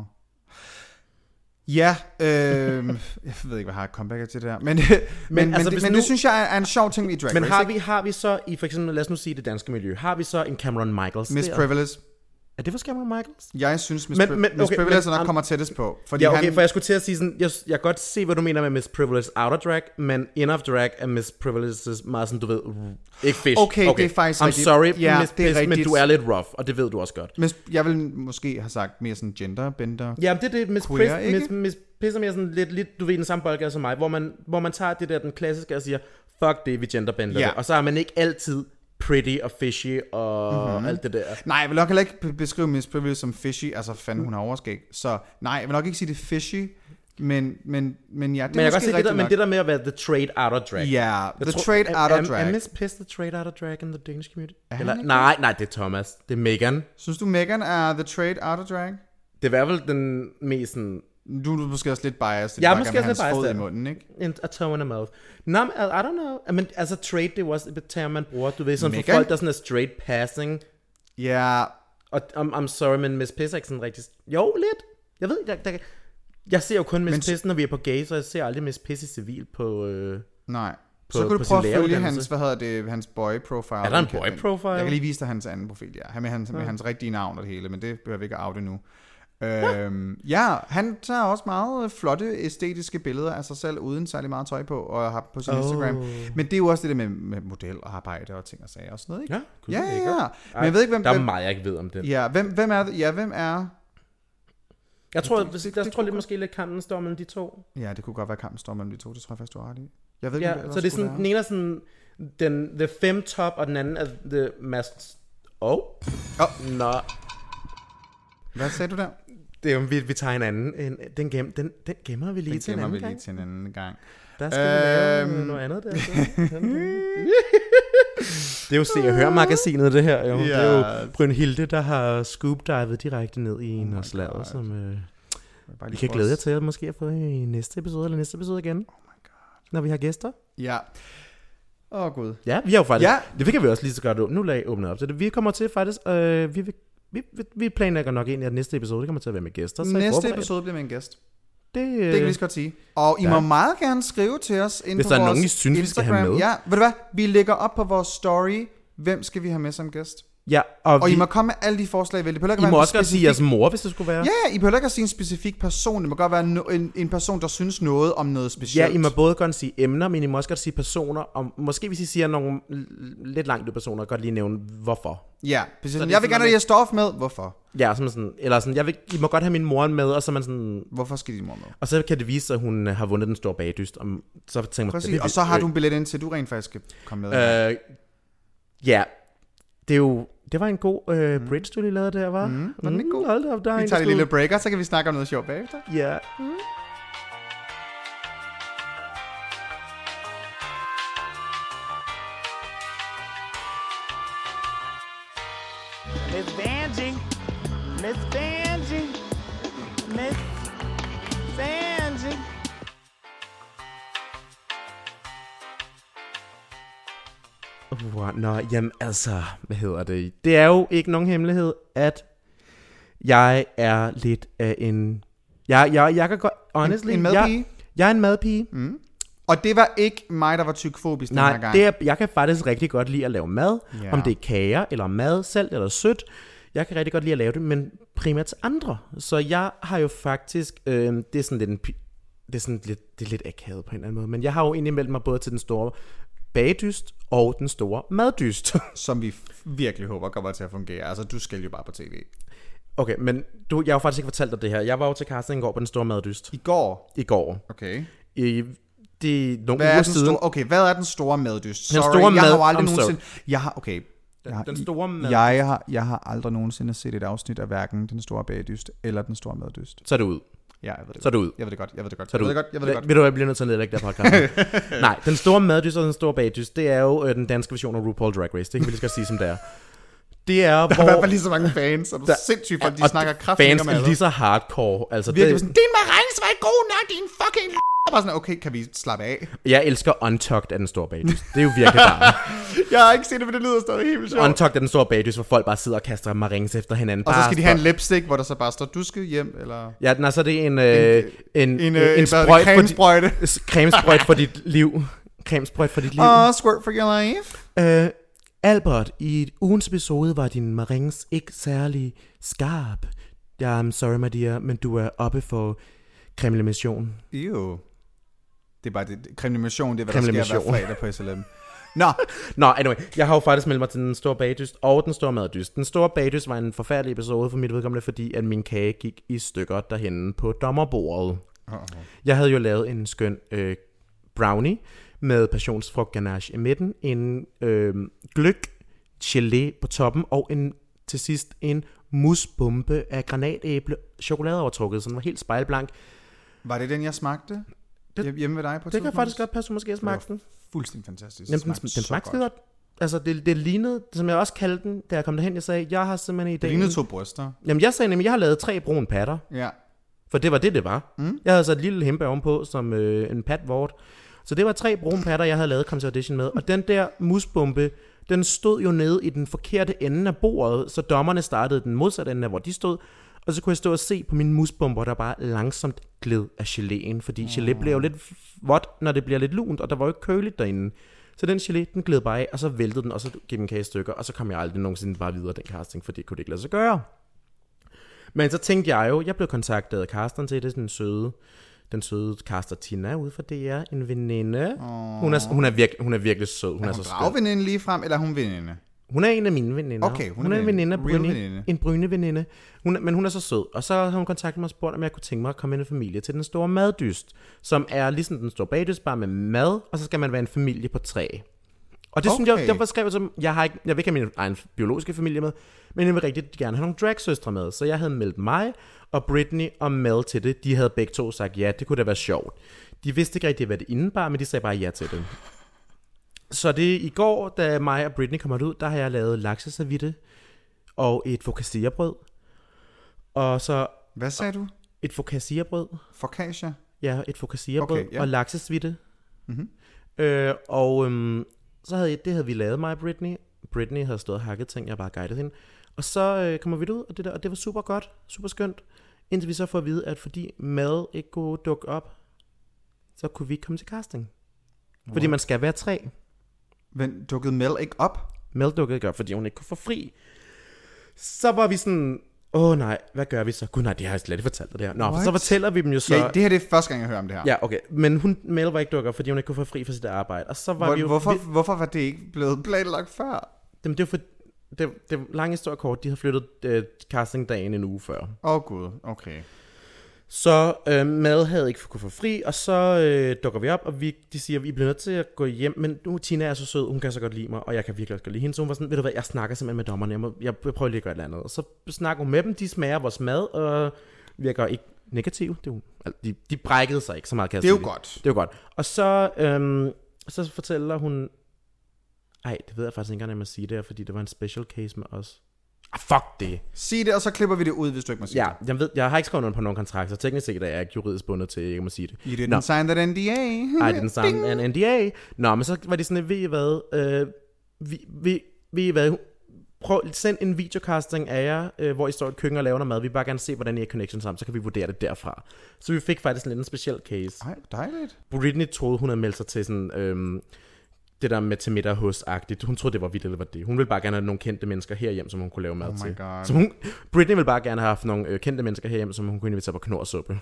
Ja, øh, jeg ved ikke, hvad har jeg comeback til det her. Men, men, men, altså, men, det, men nu, det synes jeg er en sjov ting i Drag Race. Men har vi, har vi så, i for eksempel, lad os nu sige det danske miljø, har vi så en Cameron Michaels? Miss Privilege. Er det for Cameron Michaels? Jeg synes, Miss, men, Pri- men, okay, Miss Privilege er nok um, kommer tættest på. Fordi ja, okay, han... for jeg skulle til at sige sådan, jeg, jeg kan godt se, hvad du mener med Miss Privilege out of drag, men in of drag er Miss Privileges meget sådan, du ved, ikke fish. Okay, okay, det er faktisk I'm rigtigt. sorry, ja, Miss Piss, men du er lidt rough, og det ved du også godt. Miss, jeg vil måske have sagt mere sådan genderbender. Ja, det er det, Miss Piss, Miss, Miss Piss er mere sådan lidt, lidt, du ved, den samme boldgade som mig, hvor man, hvor man tager det der, den klassiske, og siger, fuck det, vi genderbender ja. det. Og så er man ikke altid pretty og fishy og mm-hmm. alt det der. Nej, jeg vil nok heller ikke beskrive Miss Privilege som fishy. Altså, fanden, hun har overskæg. Så nej, jeg vil nok ikke sige det fishy. Men, men, men ja, det men er jeg måske sige rigtigt det der, men det der med at være the trade out of drag. Ja, yeah, the tror, trade er, out er, of drag. Er Miss Piss the trade out of drag in the Danish community? Er Eller, nej, nej, det er Thomas. Det er Megan. Synes du, Megan er the trade out of drag? Det er i hvert fald den mest sådan... Du er måske også lidt biased. Jeg er måske også lidt biased i munden, ikke? En, a toe in the mouth. No, I, I don't know. I mean, altså trade, det er jo også et term, man bruger. Du ved, sådan for folk, der sådan er straight passing. Ja. Yeah. Og I'm, I'm sorry, men Miss Piss er ikke sådan rigtig... Jo, lidt. Jeg ved, der, der, jeg ser jo kun Miss men... Piss, når vi er på gay, så jeg ser aldrig Miss Piss i civil på... Øh, Nej. På, så kan du prøve at følge hans, hvad hedder det, hans boy profile. Er der en boy profile? Jeg kan lige vise dig hans anden profil, ja. Med hans, ja. med hans rigtige navn og det hele, men det behøver vi ikke at oute nu. Øhm, ja, han tager også meget flotte æstetiske billeder af sig selv uden særlig meget tøj på og har på sin oh. Instagram. Men det er jo også det der med, med model og arbejde og ting og sager og sådan noget, ikke? Ja, ja, ja, ja. Men jeg ved ikke hvem. Der er hvem, meget jeg ikke ved om det. Ja, hvem, hvem er det? Ja, hvem er? Jeg tror, det, det, det, jeg tror lidt måske lidt kampen står mellem de to. Ja, det kunne godt være kampen står mellem de to. Det tror jeg faktisk du har ret i. Jeg ved ja, ikke, så det er sådan den ene er sådan den the femme top og den anden er the masked. Oh. Oh. Nå. Hvad sagde du der? Det er jo, vi, vi tager en anden. En, den, gem, den, den gemmer vi lige den til en anden vi gang. lige til en anden gang. Der skal øhm... vi lave noget andet der. Det er jo Se og Hør magasinet det her. Jo. Yeah. Det er jo Brynhilde, der har scoop-divet direkte ned i en og slaget, som øh, vi kan glæde jer til at måske få i næste episode eller næste episode igen. Oh my God. Når vi har gæster. Ja. Åh oh, gud. Ja, vi har jo faktisk, ja. Det kan vi også lige så godt nu lade åbne op. Så det, vi kommer til faktisk, øh, vi vil Vi, vi planlægger nok ind i, at næste episode kommer til at være med gæster. Så næste episode bliver med en gæst. Det, det kan vi lige så godt sige. Og I ja. må meget gerne skrive til os ind hvis på der er vores nogen, I synes, Instagram. Vi skal have med. Ja, ved du hvad? Vi lægger op på vores story. Hvem skal vi have med som gæst? Ja, og, og vi, I må komme med alle de forslag. Vel? I, I må også godt sige jeres mor, hvis det skulle være. Ja, I behøver ikke at sige en specifik person. Det må godt være no, en, en person, der synes noget om noget specielt. Ja, I må både godt sige emner, men I må også godt sige personer. Og måske hvis I siger nogle lidt langt ud personer, godt lige nævne hvorfor. Ja, præcis. Jeg vil gerne have stof med. Hvorfor? Ja, som sådan, eller sådan, jeg vil, I må godt have min mor med, og så man sådan... Hvorfor skal din mor med? Og så kan det vise sig, at hun har vundet den store bagdyst. Og så tænker præcis, man, og så har du en billet ind til, du rent faktisk skal komme med. Øh, ja, det er jo... Det var en god øh, mm. bridge, du lige lavede der, var? Mm, var den ikke god? Hold op, der vi tager en lille breaker, så kan vi snakke om noget sjovt bagefter. Ja. Yeah. Mm. Miss Vanjie, Miss Vanjie, Miss Vanjie. Wow, nå, jamen altså, hvad hedder det? Det er jo ikke nogen hemmelighed, at jeg er lidt af en... Jeg, jeg, jeg kan godt... Honestly, en, en madpige? Jeg, jeg er en madpige. Mm. Og det var ikke mig, der var tykfobisk den Nej, her gang. Nej, jeg kan faktisk rigtig godt lide at lave mad. Yeah. Om det er kager, eller mad, salt eller sødt. Jeg kan rigtig godt lide at lave det, men primært til andre. Så jeg har jo faktisk... Øh, det er sådan lidt... En, det er sådan lidt, det er lidt akavet på en eller anden måde. Men jeg har jo egentlig meldt mig både til den store... bagdyst og den store maddyst. Som vi virkelig håber kommer til at fungere. Altså, du skal jo bare på tv. Okay, men du, jeg har jo faktisk ikke fortalt dig det her. Jeg var jo til casting i går på den store maddyst. I går? I går. Okay. I, Det er nogle hvad uger er siden. Store, okay, hvad er den store maddyst? Den Sorry, store jeg mad, har jo aldrig I'm nogensinde... Jeg har, okay. Jeg har, Den store mad. jeg, har, jeg har aldrig nogensinde set et afsnit af hverken Den Store Bagdyst eller Den Store Maddyst. Så er det ud. Ja, jeg ved det Så er det ud. Jeg ved det godt, jeg ved det godt. Så er det jeg ved ud. det godt, jeg ved det godt. Ved du hvad, jeg bliver nødt til at nedlægge der podcast. Nej, Den Store Maddyst og Den Store Bagdyst, det er jo øh, den danske version af RuPaul Drag Race. Det kan vi lige skal sige, som det er. Det er, der er hvor... i hvert fald lige så mange fans, og du er sindssygt, for de snakker kraftigt om fans er lige så hardcore. Altså, virkelig det, sådan, din marengs var ikke god nok, din fucking l***. Bare sådan, okay, kan vi slappe af? Jeg elsker Untucked af Den Store Bagdyst. Det er jo virkelig bare. Jeg har ikke set det, men det lyder stadig helt vildt sjovt. Untucked af Den Store Bagdyst, hvor folk bare sidder og kaster marings efter hinanden. Og så bare skal de have en lipstick, hvor der så bare står, du skal hjem, eller... Ja, den er så det er en, øh, en, en, en, en, øh, en hvad er det, sprøjt for cremesprøjte. dit, cremesprøjt for dit liv. Cremesprøjt for dit liv. Åh, squirt for your life. Øh, Albert, i ugens episode var din marings ikke særlig skarp. Ja, I'm sorry, my dear, men du er oppe for kremlimission. Ew. Det er bare det. Kremlimission, det er, hvad der sker hver fredag på S L M. Nå. Nå, anyway, jeg har jo faktisk meldt mig til Den Store Bagdyst og Den Store Maddyst. Den Store Bagdyst var en forfærdelig episode for mit vedkommende, fordi at min kage gik i stykker derhenne på dommerbordet. Uh-huh. Jeg havde jo lavet en skøn øh, brownie med passionsfrugt ganache i midten, en øh, gløgg, gelé på toppen og en, til sidst en musbombe af granatæble chokoladeovertrukket, som var helt spejlblank. Var det den, jeg smagte? Det, hjemme ved dig på det kan faktisk godt passe, du måske har smagt den. Fuldstændig fantastisk. Jamen, den smagte, den smagte skide godt. Altså, det, det lignede, som jeg også kaldte den, da jeg kom derhen, jeg sagde, jeg har simpelthen i dag... Det lignede to bryster. Jamen, jeg sagde nemlig, jeg har lavet tre brune patter. Ja. For det var det, det var. Mm. Jeg havde sat et lille hempe ovenpå, som øh, en patvort. Så det var tre brune patter, jeg havde lavet Come to Audition med. Og den der musbombe, den stod jo nede i den forkerte ende af bordet, så dommerne startede den modsatte ende af, hvor de stod. Og så kunne jeg stå og se på mine musbomber, der bare langsomt gled af geléen, fordi oh. gelé bliver jo lidt vådt, når det bliver lidt lunt, og der var jo ikke køligt derinde. Så den gelé, den gled bare af, og så væltede den, og så gik min kage i stykker, og så kom jeg aldrig nogensinde bare videre den casting, for det kunne det ikke lade sig gøre. Men så tænkte jeg jo, jeg blev kontaktet af casteren til det, den søde, den søde caster Tina ude for D R, en veninde. Oh. Hun, er, hun, er virkelig, hun er virkelig sød. Hun er, er hun så dragveninde lige frem, eller er hun veninde? Hun er en af mine veninder. Okay, hun, hun er en veninde, veninde. veninde. En bryne veninde. Hun, men hun er så sød. Og så har hun kontaktet mig og spurgt, om jeg kunne tænke mig at komme ind i en familie til Den Store Maddyst, som er ligesom Den Store Bagdyst, bare med mad, og så skal man være en familie på tre. Og det okay. synes jeg, derfor skrev jeg som, jeg, har ikke, jeg vil ikke have min egen biologiske familie med, men jeg vil rigtig gerne have nogle dragsøstre med. Så jeg havde meldt mig og Britney og Mel til det. De havde begge to sagt ja, det kunne da være sjovt. De vidste ikke rigtig, hvad det indebar, men de sagde bare ja til det. Så det i går, da mig og Britney kommer ud, der har jeg lavet lakseservitte og et focaccia-brød. Og så... Hvad sagde du? Et focaccia-brød. Focaccia? Ja, et focaccia-brød okay, yeah. og laksesvitte. Mm-hmm. Øh, og øhm, så havde jeg, det havde vi lavet, mig og Britney. Britney havde stået og hakket ting, jeg bare guidede hende. Og så øh, kommer vi ud, og det, der, og det var super godt, super skønt. Indtil vi så får at vide, at fordi Mel ikke kunne dukke op, så kunne vi ikke komme til casting. What? Fordi man skal være tre. Men dukkede Mel ikke op? Mel dukkede ikke op, fordi hun ikke kunne få fri. Så var vi sådan, åh oh, nej, hvad gør vi så? Gud nej, det har jeg slet ikke fortalt dig det her. Nå, for så fortæller vi dem jo så... Ja, det her det er første gang, jeg hører om det her. Ja, okay. Men hun, Mel var ikke dukket op, fordi hun ikke kunne få fri for sit arbejde. Og så var Hvor, vi jo... Hvorfor, vi, hvorfor var det ikke blevet planlagt før? Jamen, det var for... Det, det var lang historie kort. De havde flyttet uh, castingdagen en uge før. Åh oh, gud, okay. Så øh, Mel havde ikke kunne få fri, og så øh, dukker vi op, og vi, de siger, at vi bliver nødt til at gå hjem, men nu Tina er så sød, hun kan så godt lide mig, og jeg kan virkelig også godt lide hende, så hun var sådan, ved du hvad, jeg snakker simpelthen med dommerne, jeg, må, jeg prøver lige at gøre et eller andet, og så snakker hun med dem, de smager vores mad, og virker ikke negativ, det er jo, altså, de, de brækkede sig ikke så meget, kan jeg Det er sige. jo godt. Det er jo godt. Og så, øhm, så fortæller hun, ej, det ved jeg faktisk ikke engang, om jeg sige det her, fordi det var en special case med os. Ah, fuck det. Sig det, og så klipper vi det ud, hvis du ikke må sige ja, det. Jeg ved, jeg har ikke skrevet under på nogen kontrakt, så teknisk set er jeg ikke juridisk bundet til, at jeg må sige det. You didn't no. sign that N D A. I didn't sign an N D A. Nå, men så var det sådan, at ved I hvad, øh, vi, vi, ved I hvad, prøv, send en videocasting af jer, øh, hvor I står i et køkken og laver noget mad. Vi vil bare gerne se, hvordan I er connection sammen, så kan vi vurdere det derfra. Så vi fik faktisk lidt en speciel case. Ej, dejligt. Britney troede, hun havde meldt sig til sådan... Øh, det der med til middag hos-agtigt. Hun troede, det var vildt, eller var det. Hun ville bare gerne have nogle kendte mennesker herhjem, som hun kunne lave mad oh til. God. Så hun, Britney ville bare gerne have haft nogle øh, kendte mennesker herhjem, som hun kunne invitere på knorsuppe.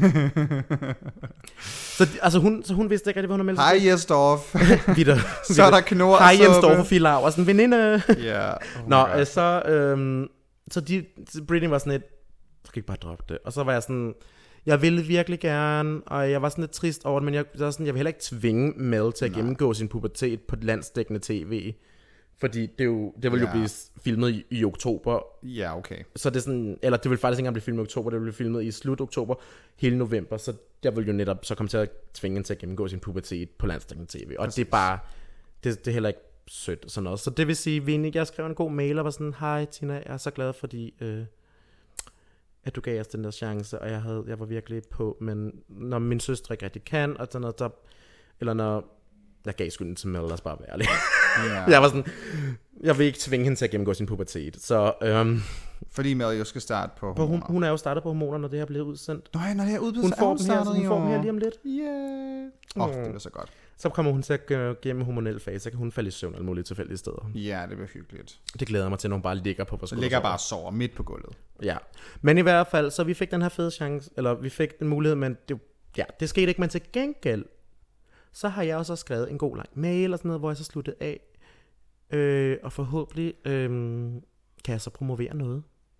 så, altså, hun, så hun vidste ikke rigtig, hvad hun havde meldt sig til. Hej Jesdorf. Så er der knorsuppe. Hej Jensdorf og Filau og sådan veninde. Ja. Oh Nå, øh, så, øhm, så de, Britney var sådan et, skal ikke bare droppe det. Og så var jeg sådan, Jeg ville virkelig gerne, og jeg var sådan lidt trist over det, men jeg, der sådan, jeg vil heller ikke tvinge Mel til at Nej. gennemgå sin pubertet på landsdækkende tv. Fordi det, er jo, det vil ja. jo blive filmet i, i oktober. Ja, okay. Så det er sådan, eller det vil faktisk ikke engang blive filmet i oktober, det vil blive filmet i slut oktober, hele november. Så jeg vil jo netop så komme til at tvinge hende til at gennemgå sin pubertet på landsdækkende tv. Og Præcis. det er bare, det, det er heller ikke sødt og sådan noget. Så det vil sige, Vinnie, jeg skrev en god mail og var sådan, hej Tina, jeg er så glad fordi, øh, at du gav os den der chance, og jeg, havde, jeg var virkelig på, men når min søster ikke rigtig kan, og sådan noget, der, eller når jeg gav skylden til Mel, lad os bare være ærlig. Yeah. Jeg var sådan, jeg vil ikke tvinge hende til at gennemgå sin pubertet. Så, øhm, fordi Mel jo skal starte på hormoner. Hun, hun er jo startet på hormoner, når det her bliver udsendt. Nej, når det her udsendt, hun får dem her, hun hun får dem her lige om lidt. Yeah. Åh, oh, det bliver så godt. Så kommer hun til at gå gennem hormonel fase, så kan hun falde i søvn alle mulige tilfældige steder. Ja, det bliver hyggeligt. Det glæder mig til, når hun bare ligger på vores gulv. Ligger bare og sover midt på gulvet. Ja, men i hvert fald, så vi fik den her fede chance, eller vi fik den mulighed, men det, ja, det skete ikke, men til gengæld, så har jeg også skrevet en god lang mail og sådan noget, hvor jeg så sluttede af. Øh, og forhåbentlig øh, kan jeg så promovere noget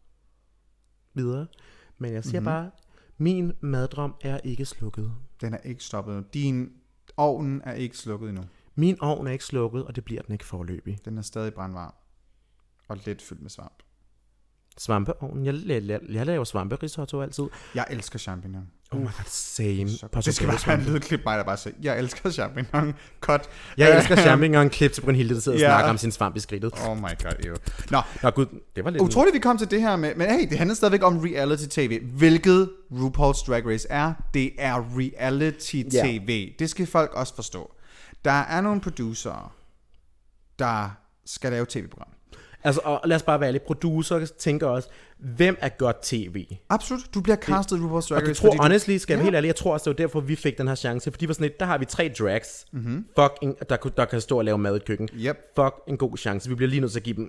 videre. Men jeg siger mm-hmm. bare, min maddrøm er ikke slukket. Den er ikke stoppet. Din ovnen er ikke slukket endnu. Min ovn er ikke slukket, og det bliver den ikke foreløbig. Den er stadig brandvarm. Og lidt fyldt med svamp. Svampeovnen. Jeg, jeg, jeg, jeg laver svamperisotto altid. Jeg elsker champignon. Oh my god, same. Det skal være en lydklip, mig der bare siger, jeg elsker champignon. Cut. Jeg elsker champignon. Klip til Brunhilde, der sidder yeah. og snakker om sin svamp i skridtet. Oh my god, ew. Nå, Nå gud, det var lidt... Utroligt, vi kom til det her med, men hey, det handler stadigvæk om reality-tv. Hvilket RuPaul's Drag Race er, det er reality-tv. Yeah. Det skal folk også forstå. Der er nogle producer, der skal lave tv-program. Altså, og lad os bare være ærlige. Producer tænker også, hvem er godt tv? Absolut. Du bliver castet RuPaul's Drag Race. Og jeg tror, honestly, skal jeg ja. helt ærlig, jeg tror også, det var derfor, vi fik den her chance. Fordi var sådan et, der har vi tre drags. Mm-hmm. Fuck, en, der, der kan stå og lave mad i køkken. Yep. Fuck, en god chance. Vi bliver lige nødt til at give dem...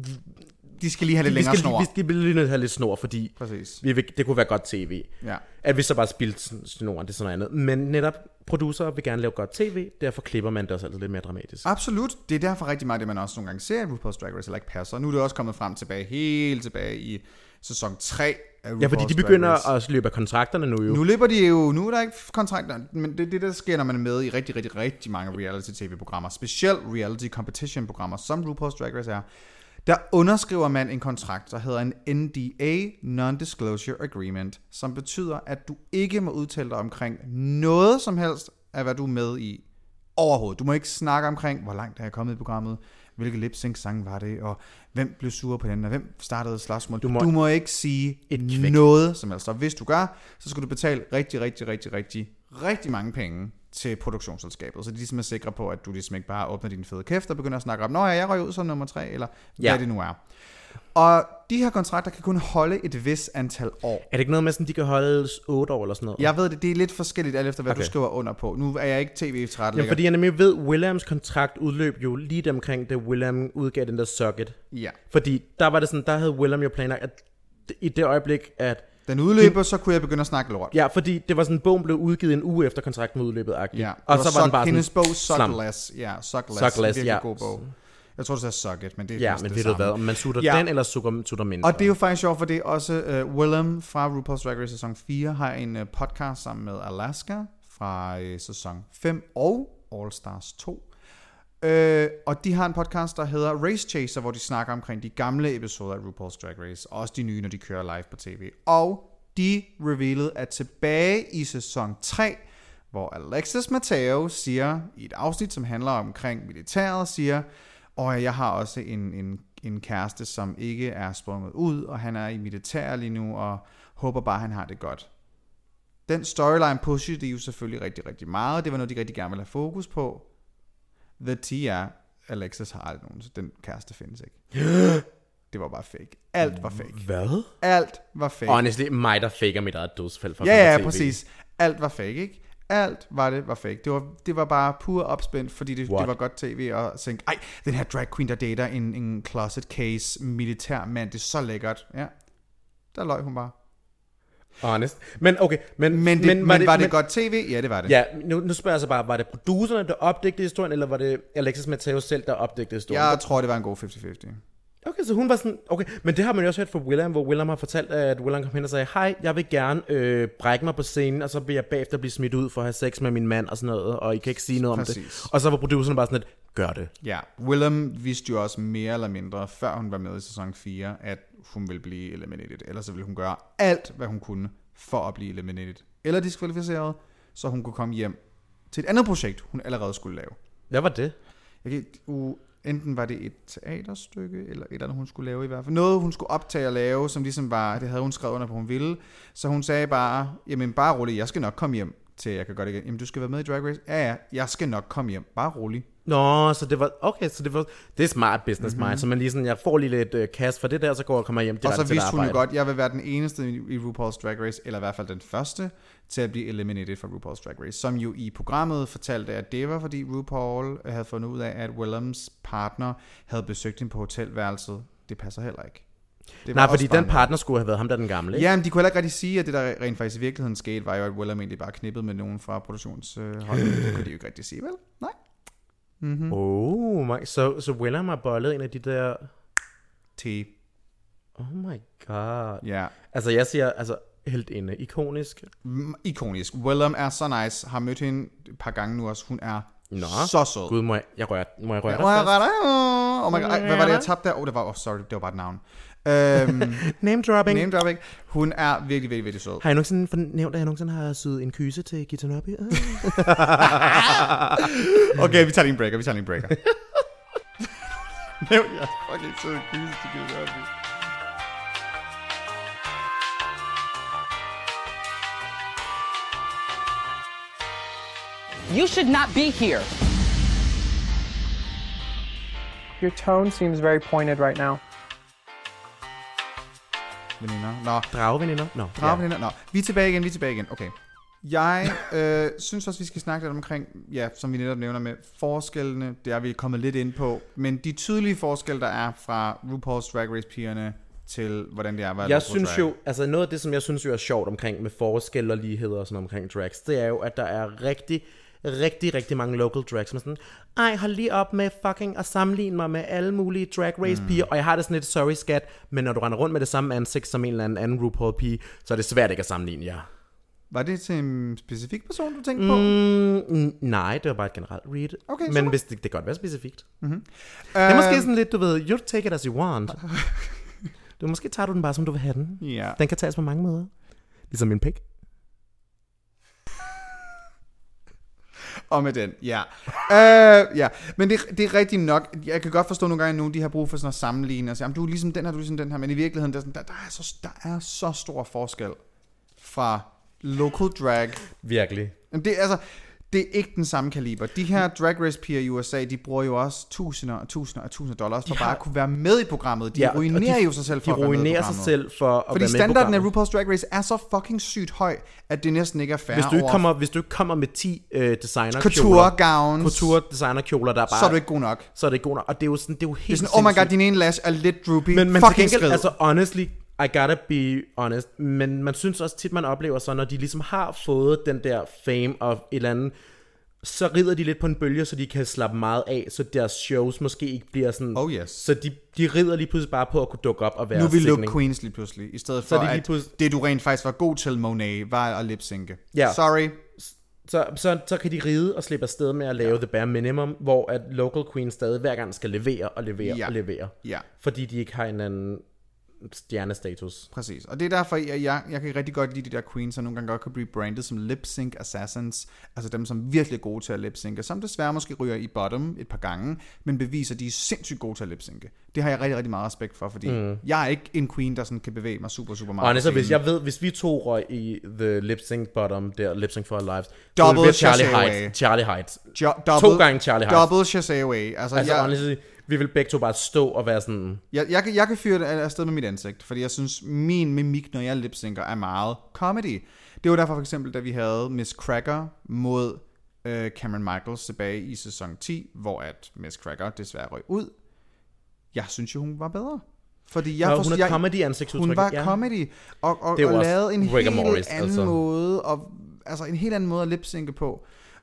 De skal lige have lidt længere skal, snor. Vi skal lige nødt til at have lidt snor, fordi vi, det kunne være godt tv. Ja. At vi så bare spildte snoren, det er sådan noget andet. Men netop producer vil gerne lave godt tv, derfor klipper man det også altid lidt mere dramatisk. Absolut. Det er derfor rigtig meget det, man også nogle gange ser, at RuPaul's Drag Race ikke passer. Nu er det også kommet frem tilbage, helt tilbage i sæson tre af RuPaul's. Ja, fordi de begynder at løbe af kontrakterne nu jo. Nu løber de jo, nu er der ikke kontrakter, men det er det, der sker, når man er med i rigtig, rigtig, rigtig mange reality-tv-programmer. Specielt reality-competition-programmer, som RuPaul's Drag Race er. Der underskriver man en kontrakt, der hedder en N D A, Non-Disclosure Agreement, som betyder, at du ikke må udtale dig omkring noget som helst af, hvad du er med i overhovedet. Du må ikke snakke omkring, hvor langt er jeg kommet i programmet, hvilke lip-sync-sang var det, og hvem blev sur på den, og hvem startede slagsmål. Du må, du må ikke sige noget som helst. Og hvis du gør, så skal du betale rigtig, rigtig, rigtig, rigtig, rigtig mange penge til produktionsselskabet. Så de ligesom er sikre på, at du ligesom ikke bare åbner din fede kæft og begynder at snakke om, nå ja, jeg røg ud som nummer tre, eller ja. hvad det nu er. Og de her kontrakter kan kun holde et vis antal år. Er det ikke noget med, sådan de kan holde otte år eller sådan noget? Jeg ved det, det er lidt forskelligt alt efter, hvad okay. du skriver under på. Nu er jeg ikke tv-trætlægger. Ja, fordi jeg nemlig ved, Williams kontrakt udløb jo lige omkring, da William udgav den der Socket. Ja. Fordi der var det sådan, der havde William jo planlagt, at i det øjeblik, at den udløber, så kunne jeg begynde at snakke lort. Ja, fordi det var sådan, bogen blev udgivet en uge efter kontrakten var udløbet. Ja, og så var suck, den bare hendes sådan, bog, Suckless. Ja, Suckless. Suckless, ja. God bog. Jeg tror, det er Suck It, men det er ja, det men det ved samme. du hvad, om man sutter ja. den, eller sutter, sutter mindre. Og det er jo faktisk sjovt, for det er også uh, Willam fra RuPaul's Drag Race sæson fire har en uh, podcast sammen med Alaska fra uh, sæson fem og All Stars to. Uh, og de har en podcast, der hedder Race Chaser, hvor de snakker omkring de gamle episoder af RuPaul's Drag Race, og også de nye, når de kører live på tv. Og de revealede, at tilbage i sæson tre, hvor Alexis Mateo siger, i et afsnit, som handler omkring militæret, siger, og jeg har også en, en, en kæreste, som ikke er sprunget ud, og han er i militær lige nu, og håber bare, han har det godt. Den storyline pusher de jo selvfølgelig rigtig, rigtig meget. Det var noget, de rigtig gerne ville have fokus på. The T er, Alexis har aldrig nogen, så den kæreste findes ikke. Det var bare fake. Alt var fake. Hvad? Alt var fake. Honestly, mig der faker mit eget dødsfald fra ja, ja, T V. præcis. Alt var fake, ikke? Alt var det var fake. Det var, det var bare pur opspændt, fordi det, det var godt tv og tænke, ej, den her drag queen, der dater en, en closet case militær mand, det er så lækkert. Ja, der løg hun bare. Honest. Men okay, men, men, det, men, var, men det, var det men, godt tv? Ja, det var det. Ja, nu, nu spørger jeg så bare, var det producerne, der opdægtede historien, eller var det Alexis Mateo selv, der opdægtede historien? Jeg tror, det var en god halvtreds halvtreds. Okay, så hun var sådan, okay, men det har man jo også hørt fra Willam, hvor Willam har fortalt, at Willam kom hen og sagde, hej, jeg vil gerne øh, brække mig på scenen, og så vil jeg bagefter blive smidt ud for at have sex med min mand og sådan noget, og I kan ikke sige noget Præcis. om det. Og så var produceren bare sådan lidt, gør det. Ja, Willam vidste jo også mere eller mindre, før hun var med i sæson fire, at hun ville blive eliminated, eller så ville hun gøre alt, hvad hun kunne, for at blive eliminated, eller diskvalificeret, så hun kunne komme hjem til et andet projekt, hun allerede skulle lave. Hvad var det? Jeg kan, uh, enten var det et teaterstykke, eller et eller andet, hun skulle lave i hvert fald. Noget, hun skulle optage og lave, som ligesom var, det havde hun skrevet under på, hun ville. Så hun sagde bare, jamen bare rolig, jeg skal nok komme hjem til, jeg kan gøre det igen. Jamen du skal være med i Drag Race? Ja, ja, jeg skal nok komme hjem. Bare rolig. Nå, så det var, okay, så det var, det er smart business mind, mm-hmm. så man lige sådan, jeg får lige lidt uh, kast for det der, så går jeg og kommer hjem direkte til arbejde. Og så vidste hun jo godt, jeg vil være den eneste i, i RuPaul's Drag Race, eller i hvert fald den første, til at blive eliminated fra RuPaul's Drag Race, som jo i programmet fortalte, at det var, fordi RuPaul havde fundet ud af, at Willams partner havde besøgt hende på hotelværelset. Det passer heller ikke. Nej, fordi den partner skulle have været ham, der den gamle, ikke? Ja, men de kunne heller ikke rigtig sige, at det der rent faktisk i virkeligheden skete, var jo, at Willam egentlig bare knippede med nogen fra produktionsholdet. Det kunne de jo ikke rigtig sige, vel? Nej. Mm-hmm. Oh my, så, så Willam har bollet en af de der T. Oh my god. Ja. Yeah. Altså jeg siger, altså helt inde, ikonisk. Mm, ikonisk. Willam er så nice. Har mødt hende et par gange nu også. Hun er Nå, så sød. Gud, må jeg, jeg røre, må jeg røre ja, dig må først? Jeg røre, oh my god, Ej, hvad var det jeg tabte der? Oh, det var, oh sorry, det var bare et navn. Um, name dropping. Name dropping. Hun er virkelig, virkelig, virkelig sød. Har jeg nogensinde fornævnt, at jeg nogensinde har syet en kyse til Gita Nobby? Okay, vi tager lige en breaker, vi tager lige en breaker. Nævnt jeg fucking syet en kyse til Gita Nobby. You should not be here. Your tone seems very pointed right now. Veninder. Nå. Drageveninder? Nå. Drageveninder. Nå. Vi er tilbage igen, vi er tilbage igen. Okay. Jeg øh, synes også, vi skal snakke lidt omkring, ja, som vi netop nævner med forskellene. Det er vi kommet lidt ind på. Men de tydelige forskelle, der er fra RuPaul's Drag Race-pigerne til, hvordan det er at være Jeg synes drag. jo, altså noget af det, som jeg synes jo er sjovt omkring med forskelle og ligheder og sådan omkring drags, det er jo, at der er rigtig... rigtig, rigtig mange local drags, som er sådan, ej, hold lige op med fucking at sammenligne mig med alle mulige drag race piger, mm. og jeg har det sådan lidt, sorry skat, men når du render rundt med det samme ansigt som en eller anden anden RuPaul pige, så er det svært ikke at sammenligne jer. Var det til en specifik person, du tænkte mm, på? Mm, nej, det var bare et generelt read. Okay, men hvis det, det kan godt være specifikt. Mm-hmm. Det er uh, måske sådan lidt, du ved, you take it as you want. Du, måske tager du den bare, som du vil have den. Yeah. Den kan tages på mange måder. Ligesom min pik. Og med den, ja. uh, ja. Men det, det er rigtigt nok. Jeg kan godt forstå nogle gange, at nogen de har brug for sådan at sammenligne og sige, du er ligesom den her, du er ligesom den her. Men i virkeligheden, der er, sådan, der, der, er, så, der er så stor forskel fra local drag. Virkelig. Det, altså, det er ikke den samme kaliber. De her drag race piger i U S A, de bruger jo også tusinder og tusinder og tusinder dollars for ja. bare at kunne være med i programmet. De ja, ruinerer de, jo sig selv for de at være med i programmet. De ruinerer sig selv for at Fordi være med i standarden af RuPaul's Drag Race er så fucking sygt høj, at det næsten ikke er fair. Hvis du ikke kommer, hvis du ikke kommer med ti øh, designer couture gowns, couture designer kjoler, der bare, så er du ikke god nok. Så er det ikke god nok. Og det er jo sådan, det er jo helt. Det er sådan, oh my god, din ene lash er lidt droopy. Men, men fucking til gengæld, altså honestly, I gotta be honest, men man synes også tit, man oplever så, når de ligesom har fået den der fame of et eller andet, så rider de lidt på en bølge, så de kan slappe meget af, så deres shows måske ikke bliver sådan... Oh yes. Så de, de rider lige pludselig bare på at kunne dukke op og være nu vil singling. Look Queens lige pludselig, i stedet for, at pludselig... det du rent faktisk var god til, Monet, var at lip-synke. Ja. Sorry. Så, så, så kan de ride og slippe afsted med at lave ja. the bare minimum, hvor at local queens stadig hver gang skal levere og levere ja. og levere. Ja. Fordi de ikke har en anden stjernestatus. Præcis. Og det er derfor, jeg, jeg, jeg kan rigtig godt lide de der queens, som nogle gange godt kan blive brandet som lip-sync assassins. Altså dem, som virkelig er gode til at lip-synke, som desværre måske ryger i bottom et par gange, men beviser, at de er sindssygt gode til at lip-synke. Det har jeg rigtig, rigtig meget respekt for, fordi mm. jeg er ikke en queen, der sådan kan bevæge mig super, super meget. Og så hvis jeg ved, hvis vi to røg i the lip-sync bottom, der lip-sync for our lives, double Charlie Heights. Charlie Heights. Jo, double, to gange Charlie Heights. Double chassé away. Altså, altså jeg, honestly, vi vil begge to bare stå og være sådan... Jeg, jeg, jeg kan fyre det afsted med mit ansigt, fordi jeg synes, min mimik, når jeg lipsynker, er meget comedy. Det var derfor for eksempel, da vi havde Miss Cracker mod øh, Cameron Michaels tilbage i sæson ti, hvor at Miss Cracker desværre røg ud. Jeg synes jo, hun var bedre. Fordi jeg Nå, forstod, hun er jeg, comedy ansigtsudtryk. Hun var ja. comedy, og, og, og lavede en helt Morris, anden altså. måde, og, altså en helt anden måde at lipsynke på.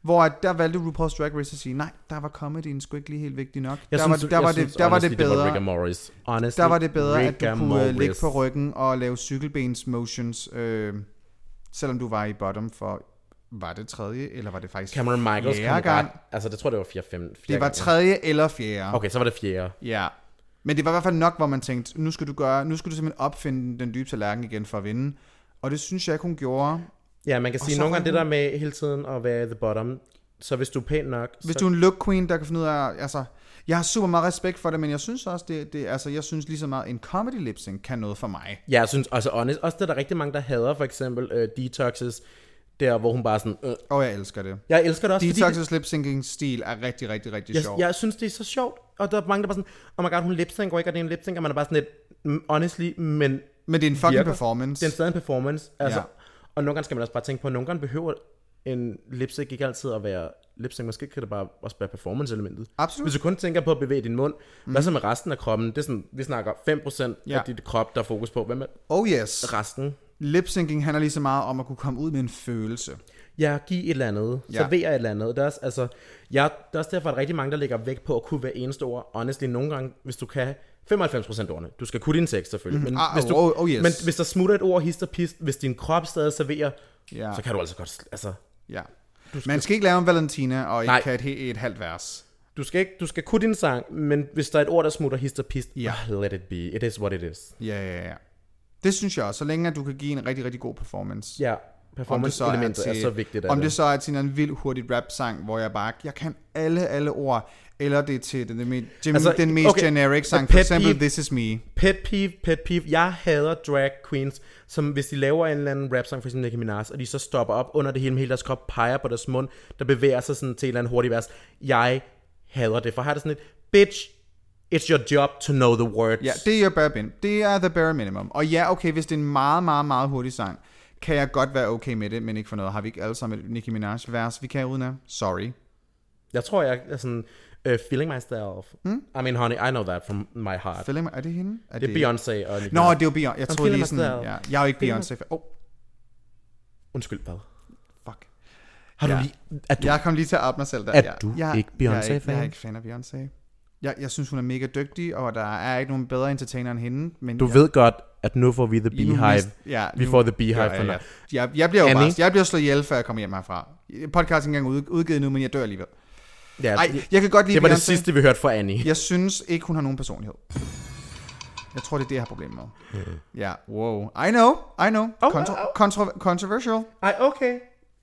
Hvor at der valgte RuPaul's Drag Race at sige, nej, der var comedyen sgu ikke lige helt vigtig nok. Jeg der synes, var, der, var, synes, det, der var det bedre. Det var Rick and Morris. Honestly, der var det bedre, Rick at du kunne ligge på ryggen og lave cykelbens motions, øh, selvom du var i bottom for, var det tredje, eller var det faktisk Cameron Michaels fjerde gang? Ret, altså det tror jeg, det var fjerde, fem, fjerde Det var gang, tredje ja. eller fjerde. Okay, så var det fjerde. Ja. Men det var i hvert fald nok, hvor man tænkte, nu skal du gøre, nu skal du simpelthen opfinde den dybe tallerken igen for at vinde. Og det synes jeg ikke, hun gjorde. Ja, man kan og sige, nogle gange det der med hele tiden at være the bottom, så hvis du er pæn nok... Hvis så... du er en look queen, der kan finde ud af... Altså, jeg har super meget respekt for det, men jeg synes også, det, det altså, jeg synes lige så meget, en comedy lip sync kan noget for mig. Ja, jeg synes altså honest, også det er der rigtig mange, der hader, for eksempel uh, Detoxes, der hvor hun bare sådan... Åh, øh. oh, jeg elsker det. Jeg elsker det også, Detoxes det... lip syncing stil er rigtig, rigtig, rigtig jeg, sjovt. Jeg synes, det er så sjovt, og der er mange, der bare sådan, oh my god, hun lip syncer ikke, og det er en lip sync, og man er bare sådan lidt, honestly, men... Men det er en fucking virker. performance. Det er en stadig en performance, altså... Ja. Og nogle gange skal man også bare tænke på, at nogle gange behøver en lip sync ikke altid at være lip sync. Måske kan det bare også være performance-elementet. Absolut. Hvis du kun tænker på at bevæge din mund, mm. hvad så med resten af kroppen? Det er sådan, vi snakker fem procent ja. af dit krop, der er fokus på. Hvad med oh yes. resten? Lip syncing handler lige så meget om at kunne komme ud med en følelse. Ja, give et eller andet. Ja. Servere et eller andet. Det er, også, altså, ja, det er også derfor, at rigtig mange, der lægger vægt på at kunne være eneste ord. Honestly, nogle gange, hvis du kan femoghalvfems procent ordene. Du skal kunne din tekst selvfølgelig. Men, ah, hvis du, oh, oh yes. men hvis der smutter et ord, hist og pist, hvis din krop stadig serverer, ja. så kan du altså godt... Altså, ja. Skal... Man skal ikke lave en Valentina og ikke have et, et halvt vers. Du skal, ikke, du skal kunne din sang, men hvis der er et ord, der smutter hist og pist, ja. oh, let it be. It is what it is. Ja, ja, ja. Det synes jeg også. Så længe at du kan give en rigtig, rigtig god performance. Ja, performance-elementet er, er så vigtigt. Om det. det så er til en vild hurtig rap-sang, hvor jeg bare, jeg kan alle, alle ord, eller det er til den, den, den, altså, den mest okay, generic sang, for eksempel peeve, This Is Me. Pet peeve, pet peeve. Jeg hader drag queens, som hvis de laver en eller anden rap-sang, for eksempel Nicki Minaj, og de så stopper op under det hele med hele deres krop, peger på deres mund, der bevæger sig sådan til en eller anden hurtig vers. Jeg hader det, for her er det sådan et, bitch, it's your job to know the words. Ja, det er your bare bin. Det er the bare minimum. Og ja, okay, hvis det er en meget, meget, meget hurtig sang, kan jeg godt være okay med det, men ikke for noget. Har vi ikke alle sammen et Nicki Minaj-vers, vi kan uden af? Sorry. Jeg tror, jeg er sådan... Uh, feeling myself. Hmm? I mean, honey, I know that from my heart. Feeling, er det hende? Er det er Beyoncé og Nicki Nå, det er jo Beyoncé. Jeg I'm troede lige sådan... Ja, jeg er jo ikke Beyoncé. Oh. Undskyld, hvad? Fuck. Har du ja. lige... Er du, jeg kom lige til at opne mig selv der. Er ja. du jeg, ikke Beyoncé-fan? Jeg, jeg, jeg er ikke fan af Beyoncé. Jeg, jeg synes, hun er mega dygtig, og der er ikke nogen bedre entertainer end hende. Men du jeg, ved godt, at nu får vi The Beehive. Ja, vi får The Beehive ja, for ja, ja. Jeg, jeg bliver jo bare... Jeg bliver slået ihjel, før jeg kommer hjem herfra. Podcasten er ikke engang udgivet nu, men jeg dør alligevel. Ja, Ej, jeg kan godt lide det var Beyoncé. Det sidste, vi hørte fra Annie. Jeg synes ikke, hun har nogen personlighed. Jeg tror, det er det, jeg har problemer med. Mm. Ja, yeah, wow. I know, I know. Oh, Contro- oh. Contro- controversial. Ej, okay.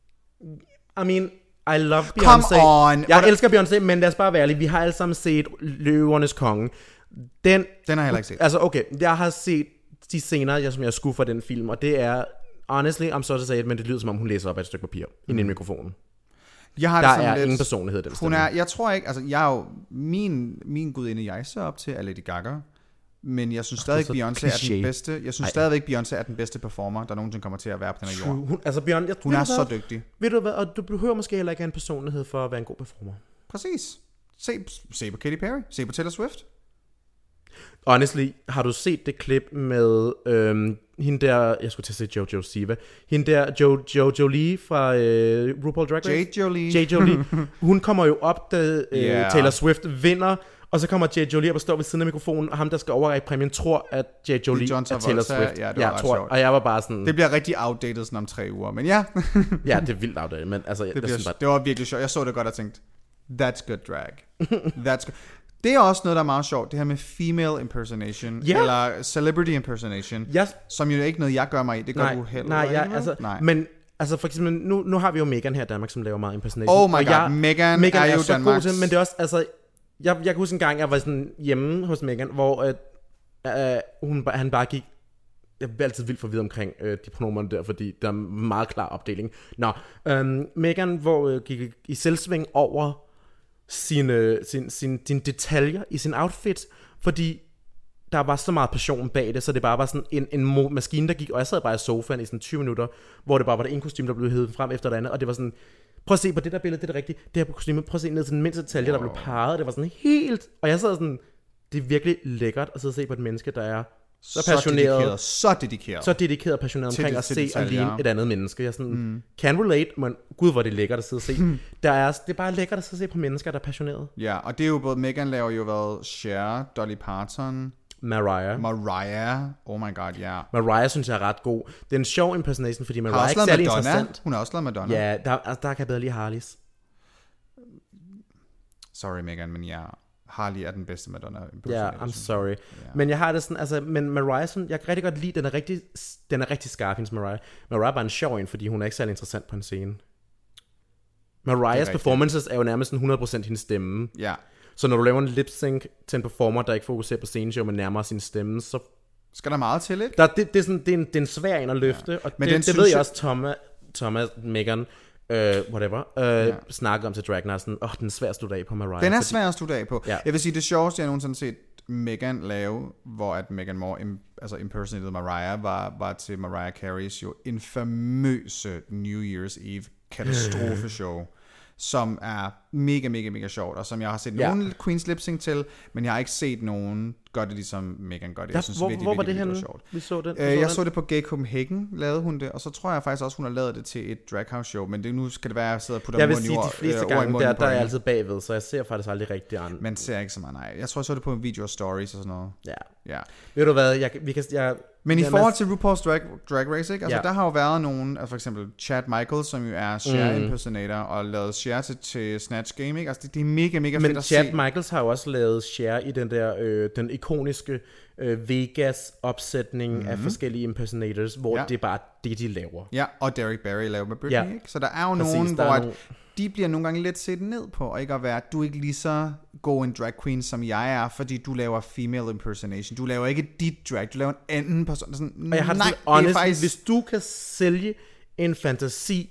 I mean, I love Beyoncé. Come on. Jeg What elsker Beyoncé, men lad os bare være ærlige. Vi har alle sammen set Løvernes Konge. Den, den har jeg heller ikke set. Altså, okay. Jeg har set de scener, jeg, som jeg skulle fra den film, og det er, honestly, I'm sorry to say it, men det lyder som om, hun læser op af et stykke papir mm. ind i mikrofonen. Jeg har der det er lidt, ingen personlighed den hun er, jeg tror ikke, altså jeg er jo, min, min gudinde, jeg ser op til er Lady Gaga, men jeg synes stadig Beyoncé er den bedste, jeg synes Ej. stadigvæk Beyoncé er den bedste performer, der nogensinde kommer til at være på den her jord. Hun, altså Beyoncé, jeg, hun er så hvad? dygtig. Ved du hvad, og du behøver måske heller ikke have en personlighed for at være en god performer. Præcis. Se, se på Katy Perry, se på Taylor Swift. Honestly, har du set det klip med øhm, hende der, jeg skulle til at sige Jojo Siva, hende der jo, jo, Jolie fra øh, RuPaul Drag Race? J. Jolie. J. Jolie. Hun kommer jo op, da øh, yeah. Taylor Swift vinder, og så kommer J. Jolie op og står ved siden af mikrofonen, og ham, der skal overrække præmien, tror, at J. Jolie er Taylor Swift. Ja, det var tror, og jeg var bare sådan... Det bliver rigtig outdated sådan om tre uger, men ja. Ja, det er vildt outdated, men altså... Det, det, bliver, bare... det var virkelig sjovt. Jeg så det godt og tænkte, that's good drag. That's good. Det er også noget, der er meget sjovt, det her med female impersonation, yeah. eller celebrity impersonation, yes. som jo ikke noget, jeg gør mig i. Det gør nej, du heller nej, ja, ikke. Altså, nej, men altså for eksempel, nu, nu har vi jo Megan her i Danmark, som laver meget impersonation. Oh my god, jeg, Megan, Megan er, er jo så Danmarks... god til, men det er også, altså, jeg, jeg kan huske en gang, jeg var sådan hjemme hos Megan, hvor øh, øh, hun, han bare gik, jeg bliver altid vildt forvirret omkring øh, de pronomer der, fordi der er en meget klar opdeling. Nå, øh, Megan, hvor øh, gik i selvsving over sine, sin, sin, sin detaljer i sin outfit, fordi der var så meget passion bag det, så det bare var sådan en, en maskine, der gik, og jeg sad bare i sofaen i sådan tyve minutter, hvor det bare var det ene kostume, der blev hævet frem efter det andet, og det var sådan, prøv at se på det der billede, det er det rigtige, det her kostume, prøv at se ned til den mindste detalje, wow. der blev parret, det var sådan helt, og jeg sad sådan, det er virkelig lækkert at sidde og se på et menneske, der er så passioneret, så dedikeret, så dedikeret, så dedikeret og passioneret omkring at se og ligne et andet menneske. Jeg sådan, mm. can relate, men gud, hvor det er lækkert at sidde og se. Mm. Der er, det er bare lækkert at sidde og se på mennesker, der er passionerede. Ja, og det er jo både, Meghan laver jo været Cher, Dolly Parton, Mariah. Mariah, oh my god, ja. Yeah. Mariah synes jeg er ret god. Det er en sjov impersonation, fordi Mariah er ikke særlig interessant. Hun har også lavet Madonna. Ja, der, altså, der kan jeg bedre lide Harleys. Sorry Meghan, men ja, Harley er den bedste Madonna. Ja, yeah, I'm sorry. Yeah. Men jeg har det sådan, altså, men Mariah, sådan, jeg kan rigtig godt lide, den er rigtig, den er rigtig skarp, hendes Mariah. Mariah er bare en sjov en, fordi hun er ikke særlig interessant på en scene. Mariahs performances er jo nærmest hundrede procent hendes stemme. Ja. Så når du laver en lip-sync til en performer, der ikke fokuserer på sceneshow, men nærmere sin stemme, så... Skal der meget til, ikke? Der, det, det, er sådan, det, er en, det er en svær en at løfte, ja. Og men det, det ved jeg også, Thomas, Thomas Meghan, uh, whatever, uh, ja. snakker om til Dragna, sådan, åh, oh, den er svær at slutte af på Mariah. Den er fordi... svær at slutte af på. Ja. Jeg vil sige, det sjoveste, jeg nogensinde set Meghan lave, hvor at Meghan Moore im, altså impersonated Mariah, var, var til Mariah Carey's jo infamøse New Year's Eve katastrofeshow. Som er mega, mega, mega sjovt, og som jeg har set ja. nogen Queens lip sync til, men jeg har ikke set nogen gøre det ligesom Meghan gør det. Jeg synes, hvor, virkelig, hvor var virkelig, det virkelig, henne? Vi så den. Øh, jeg den? så det på Gay Copenhagen, lavede hun det, og så tror jeg faktisk også, hun har lavet det til et draghouse show, men det, nu skal det være, at jeg sidder og putter jeg vil munden sige, ord, de fleste øh, gange, der, der er jeg altid bagved, så jeg ser faktisk aldrig rigtig an. Man ser ikke så meget, nej. Jeg tror, jeg så det på en video og stories og sådan noget. Ja. ja. Ved du hvad, jeg, vi kan... Jeg, Men i forhold til RuPaul's Drag, Drag Race, ikke? Altså, ja. der har jo været nogen, altså for eksempel Chad Michaels, som jo er Cher mm. impersonator, og lavet Cher til, til Snatch Game, ikke? Altså, det, det er mega, mega Men fedt at Chad se. Men Chad Michaels har jo også lavet Cher i den der, øh, den ikoniske øh, Vegas-opsætning mm-hmm. af forskellige impersonators, hvor ja. det er bare det, de laver. Ja, og Derek Barry laver med Britney, ja. ikke? Så der er jo Præcis, nogen, hvor er nogle... de bliver nogle gange lidt set ned på, og ikke at være, du er ikke lige så god en drag queen, som jeg er, fordi du laver female impersonation. Du laver ikke dit drag, du laver en anden person. Sådan, og jeg har nej, sådan, honestly, faktisk... hvis du kan sælge en fantasi,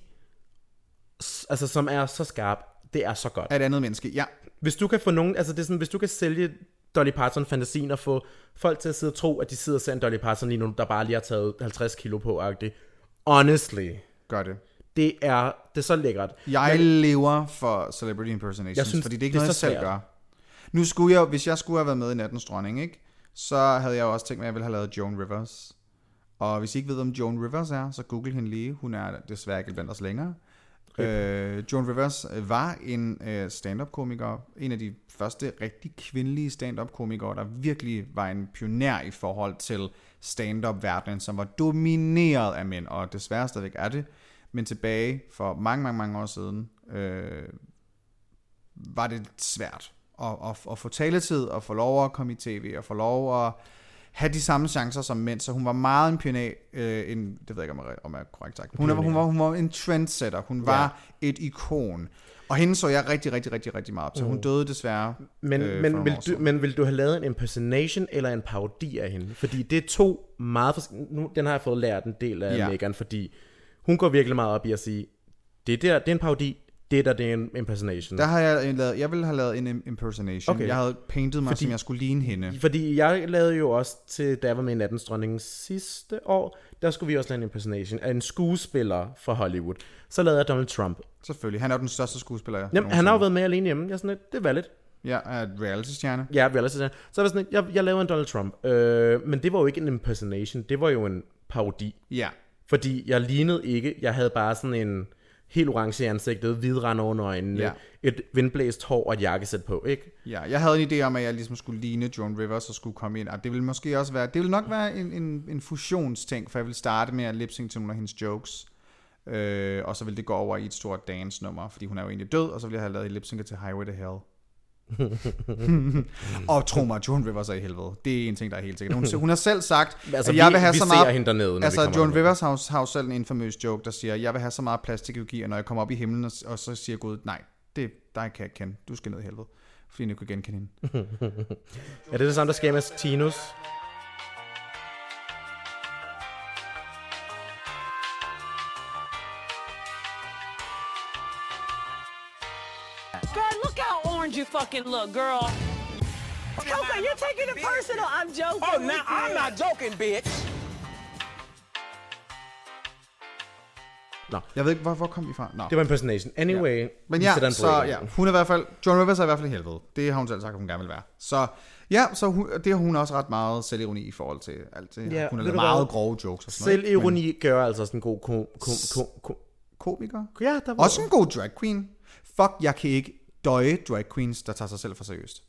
altså som er så skarp, det er så godt. Af et andet menneske, ja. Hvis du kan få nogen, altså det er sådan, hvis du kan sælge Dolly Parton-fantasien og få folk til at sidde og tro, at de sidder og ser en Dolly Parton lige nu, der bare lige har taget halvtreds kilo på-agtigt. Honestly. Gør det. Det er, det er så lækkert. Jeg Men, lever for celebrity impersonations, jeg synes, fordi det er ikke det noget, jeg selv gør. Nu skulle jeg, hvis jeg skulle have været med i Nattens Dronning, ikke, så havde jeg også tænkt mig, at jeg ville have lavet Joan Rivers. Og hvis I ikke ved, om Joan Rivers er, så google hende lige. Hun er desværre ikke blandt os længere. Øh, Joan Rivers var en øh, stand-up-komiker, en af de første rigtig kvindelige stand-up-komikere, der virkelig var en pioner i forhold til stand-up-verdenen, som var domineret af mænd, og desværre stadigvæk er det. Men tilbage for mange, mange, mange år siden, øh, var det svært at, at, at få taletid, og få lov at komme i tv, og få lov at have de samme chancer som mænd, så hun var meget en pioner, øh, en, det ved jeg ikke, om jeg, om jeg er korrekt sagt. Hun, hun, var, hun var en trendsetter, hun var ja. et ikon. Og hende så jeg rigtig, rigtig, rigtig, rigtig meget op til. Hun døde desværre. Men, øh, men, vil du, men vil du have lavet en impersonation eller en parodi af hende? Fordi det er to meget forskellige. Nu, den har jeg fået lært en del af ja. Meghan, fordi hun går virkelig meget op i at sige, det der, det er en parodi, det der, det er en impersonation. Der har jeg lavet, jeg ville have lavet en impersonation. Okay. Jeg havde painted mig, fordi, som jeg skulle ligne hende. Fordi jeg lavede jo også til, da jeg var med i Nattens Dronning sidste år, der skulle vi også lave en impersonation af en skuespiller fra Hollywood. Så lavede jeg Donald Trump. Selvfølgelig, han er jo den største skuespiller. Jeg Jamen, han har jo været med alene hjemme. Jeg er sådan lidt, det er valgt. Ja, er reality-stjerne. Ja, reality-stjerne. Så var sådan lidt, jeg, jeg lavede en Donald Trump. Øh, men det var jo ikke en impersonation, det var jo en parodi. Ja. Fordi jeg lignede ikke, jeg havde bare sådan en helt orange i ansigtet, hvid rand under øjnene, ja. et vindblæst hår og et jakkesæt på, ikke? Ja, jeg havde en idé om, at jeg ligesom skulle ligne Joan Rivers og skulle komme ind, og det ville måske også være, det ville nok være en, en, en fusionsting, for jeg ville starte med at lip-sync til nogle af hendes jokes, øh, og så ville det gå over i et stort dance-nummer, fordi hun er jo egentlig død, og så ville jeg have lavet lip-sync til Highway to Hell. Og tro mig, Joan Rivers er i helvede. Det er en ting, der er helt sikkert. Hun, hun har selv sagt, altså, at jeg vi, vil have vi så meget... hende dernede, altså, Joan Rivers har, har jo selv en infamøs joke, der siger, jeg vil have så meget plastikkirurgi, og når jeg kommer op i himlen, og, og så siger Gud, nej, det dig kan jeg ikke kende. Du skal ned i helvede. Fordi jeg kunne genkende hende. Er det det samme, der sker med Tinus? You fucking look, girl. Okay, you're taking it personal. I'm joking. Oh, now I'm not joking, bitch. Nå. Jeg ved ikke, hvor, hvor kom vi fra? Nå. Det var impersonation. Anyway. Ja. Men ja, så ja, hun er i hvert fald, Joan Rivers er i hvert fald i helvede. Det har hun selv sagt, at hun gerne vil være. Så ja, så hun, det har hun også ret meget selvironi i forhold til alt det. Ja, hun har lavet meget hvad? grove jokes og sådan noget. Selvironi men... gør altså sådan en god ko- ko- ko- ko- komiker. Ja, der var også en god drag queen. Fuck, jeg kan ikke døje drag queens, der tager sig selv for seriøst.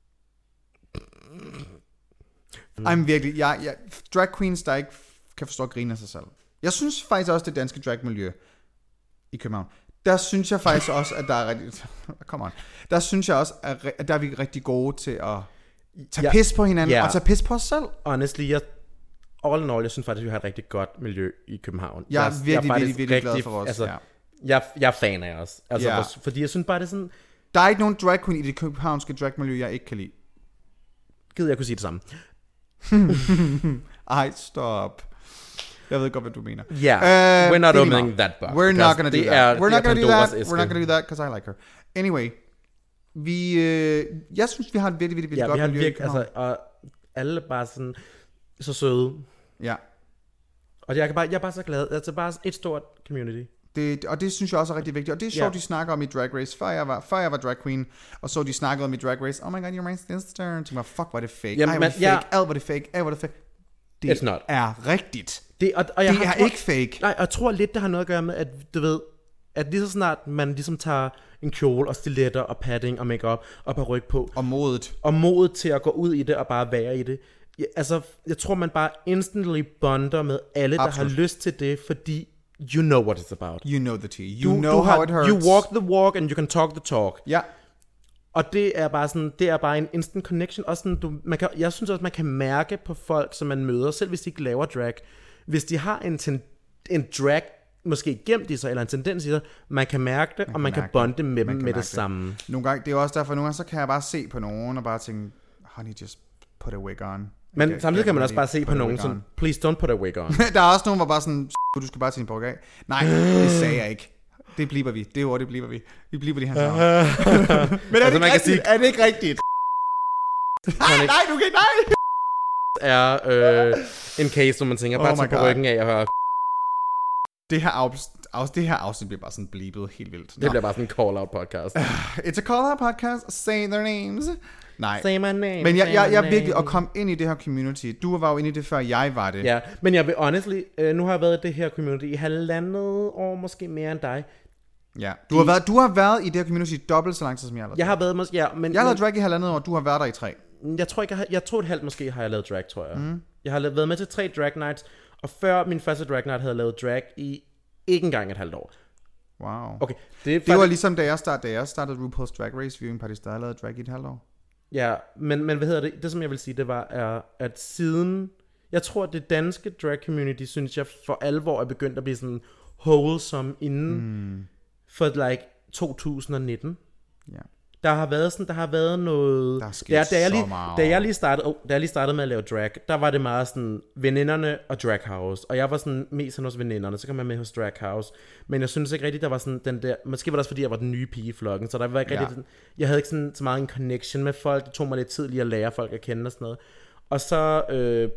Mm. I'm virkelig, jeg, jeg, drag queens, der ikke kan forstå at grine af sig selv. Jeg synes faktisk også, det danske dragmiljø i København, der synes jeg faktisk også, at der er rigtig... Come on. Der synes jeg også, at der er vi rigtig gode til at tage ja, pis på hinanden, yeah. og tage pis på os selv. Honestly, jeg, all in all, jeg synes faktisk, at vi har et rigtig godt miljø i København. Jeg er virkelig, jeg er virkelig, virkelig glad for os. Altså, ja. jeg, jeg er fan af os. Altså, yeah. vores, fordi jeg synes bare, det er sådan... Der er ikke nogen drag queen i det københavnske dragmiljø, jeg ikke kan lide. Gid, jeg kunne sige det samme. Ej, stop. Jeg ved godt, hvad du mener. Yeah, uh, we're not opening that box. We're not gonna do that. We're not gonna do that. We're not gonna do that, because I like her. Anyway, vi, øh, jeg synes, vi har et virkelig, virkelig, virkelig ja, godt vi har miljø. Virkelig, altså, og alle bare sådan, så søde. Ja. Og jeg, kan bare, jeg er bare så glad. Altså bare et stort community. Det, og det synes jeg også er rigtig vigtigt. Og det er sjovt, yeah. de snakker om i Drag Race. Før jeg var, før jeg var drag queen, og så de snakkede om i Drag Race. Oh my god, you're my sister. Så fuck, hvor er det fake. Jamen, Ej, hvor er det fake. Alt, hvor er det fake. Alt, hvor er det fake. Det It's not. er rigtigt. Det, og, og jeg det har, er tror, ikke fake. Nej, og jeg tror lidt, det har noget at gøre med, at du ved, at lige så snart man ligesom tager en kjole og stiletter og padding og makeup og paryk på. Og modet. Og modet til at gå ud i det og bare være i det. Ja, altså, jeg tror, man bare instantly bonder med alle, Absolut. der har lyst til det, fordi you know what it's about. You know the tea. You du, know du how har, it hurts. You walk the walk and you can talk the talk. Ja. Og det er bare sådan, det er bare en instant connection. Også sådan, du, man kan, jeg synes også, man kan mærke på folk, som man møder, selv hvis de ikke laver drag. Hvis de har en, ten, en drag, måske gemt i sig, eller en tendens i sig, man kan mærke det, man og man kan bonde med dem med det, det samme. Nogle gange, det er også derfor, nogle gange, så kan jeg bare se på nogen, og bare tænke, honey, just put a wig on. Men okay, samtidig kan man også bare se på nogen, som, please don't put a wig on. Der er også nogen, hvor bare sådan, du skal bare tage din peruk af. Nej, det sagde jeg ikke. Det bliver vi. Det ord, det bliver vi. Vi bliver det her sammen. Men er, altså, det man kan sige, er det ikke rigtigt? Nej, nej, du kan nej. Er øh, en case, hvor man tænker, bare oh tage på ryggen af og høre. Det her, af, det her afsnit bliver bare sådan bleepet helt vildt. Det Nå. bliver bare sådan en call-out podcast. It's a call-out podcast. Say their names. Nej. Say my name. Men jeg, jeg, jeg er virkelig at komme ind i det her community. Du var jo inde i det, før jeg var det. Ja, men jeg vil honestly, øh, nu har jeg været i det her community i halvandet år, måske mere end dig. Ja. Du har været, du har været i det her community dobbelt så lang tid, som jeg har lavet. Jeg har været måske, ja, men jeg har lavet drag i halvandet år, du har været der i tre. Jeg tror ikke, jeg, har, jeg tror et halvt måske har jeg lavet drag, tror jeg. Mm. Jeg har været med til tre drag nights, og før min første drag night havde jeg lavet drag i ikke engang et halvt år. Wow. Okay, det, er det var ligesom da jeg startede, da jeg startede RuPaul's Drag Race viewing party, der havde lavet drag i et halvt år. Ja, men, men hvad hedder det? Det som jeg vil sige, det var, er, at siden, jeg tror at det danske drag community, synes jeg for alvor er begyndt at blive sådan wholesome inden mm. for like to tusind nitten. Ja. Der har været sådan, der har været noget. Der er sket der, da, jeg lige, så meget. Da jeg lige startede, oh, da jeg lige startede med at lave drag, der var det meget sådan veninderne og drag house, og jeg var sådan mest sådan hos veninderne, så kom jeg med hos drag house, men jeg synes ikke rigtigt, der var sådan den der, måske var det også fordi jeg var den nye pige i flokken, så der var ikke ja. rigtig sådan, jeg havde ikke sådan så meget en connection med folk. Det tog mig lidt tid lige at lære folk at kende og sådan noget. Og så øh,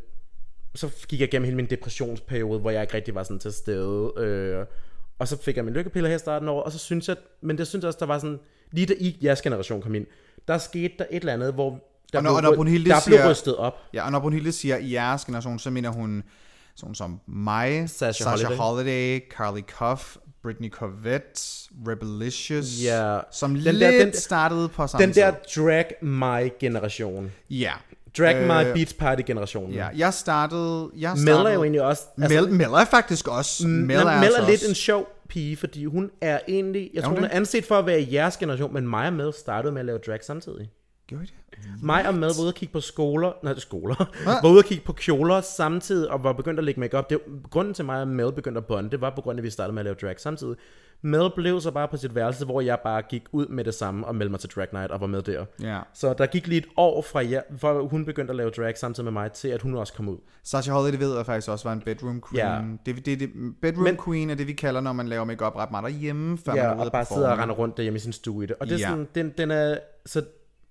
så gik jeg gennem hele min depressionsperiode, hvor jeg ikke rigtig var sådan til stede. Øh, og så fik jeg min lykkepiller her i starten over, og så synes jeg, men det synes jeg også, der var sådan, lige da I jeres generation kom ind, der skete der et eller andet, hvor der og når, blev, og når Brunhilde der siger, blev rystet op. Ja, og når Brunhilde siger i jeres generation, så mener hun sådan som mig, Sasha, Sasha Holiday. Holiday, Carly Cuff, Britney Corvette, Rebelicious, ja. som den lidt der, den, startede på samme Den der Drag My-generation. Ja. Drag øh, My Beach Party-generationen. Ja, jeg startede... Jeg startede Mel er jo egentlig også... Altså, Mel, Mel er faktisk også... Mel er, Mel er altså lidt også. en sjov pige, fordi hun er egentlig... Jeg er tror, hun det? er anset for at være i jeres generation, men mig og Mel startede med at lave drag samtidig. Gjorde I det? Mig og Mel var ude og kigge på skoler... Nej, skoler. var ude og kigge på kjoler samtidig, og var begyndt at lægge make-up. Det, grunden til mig og Mel begyndte at bonde, det var på grund af, at vi startede med at lave drag samtidig. Mel blev så bare på sit værelse, hvor jeg bare gik ud med det samme og meldte mig til Drag Night og var med der. Ja. Så der gik lige et år fra, ja, fra hun begyndte at lave drag samtidig med mig, til at hun også kom ud. Sasha Holiday, det ved jeg faktisk også, var en bedroom queen. Ja. Det, det, det, bedroom Men, queen er det, vi kalder, når man laver make-up ret meget derhjemme, før ja, man er ude og bare sidder og render rundt derhjemme i sin stue i det. Og det er ja. sådan, den, den er, så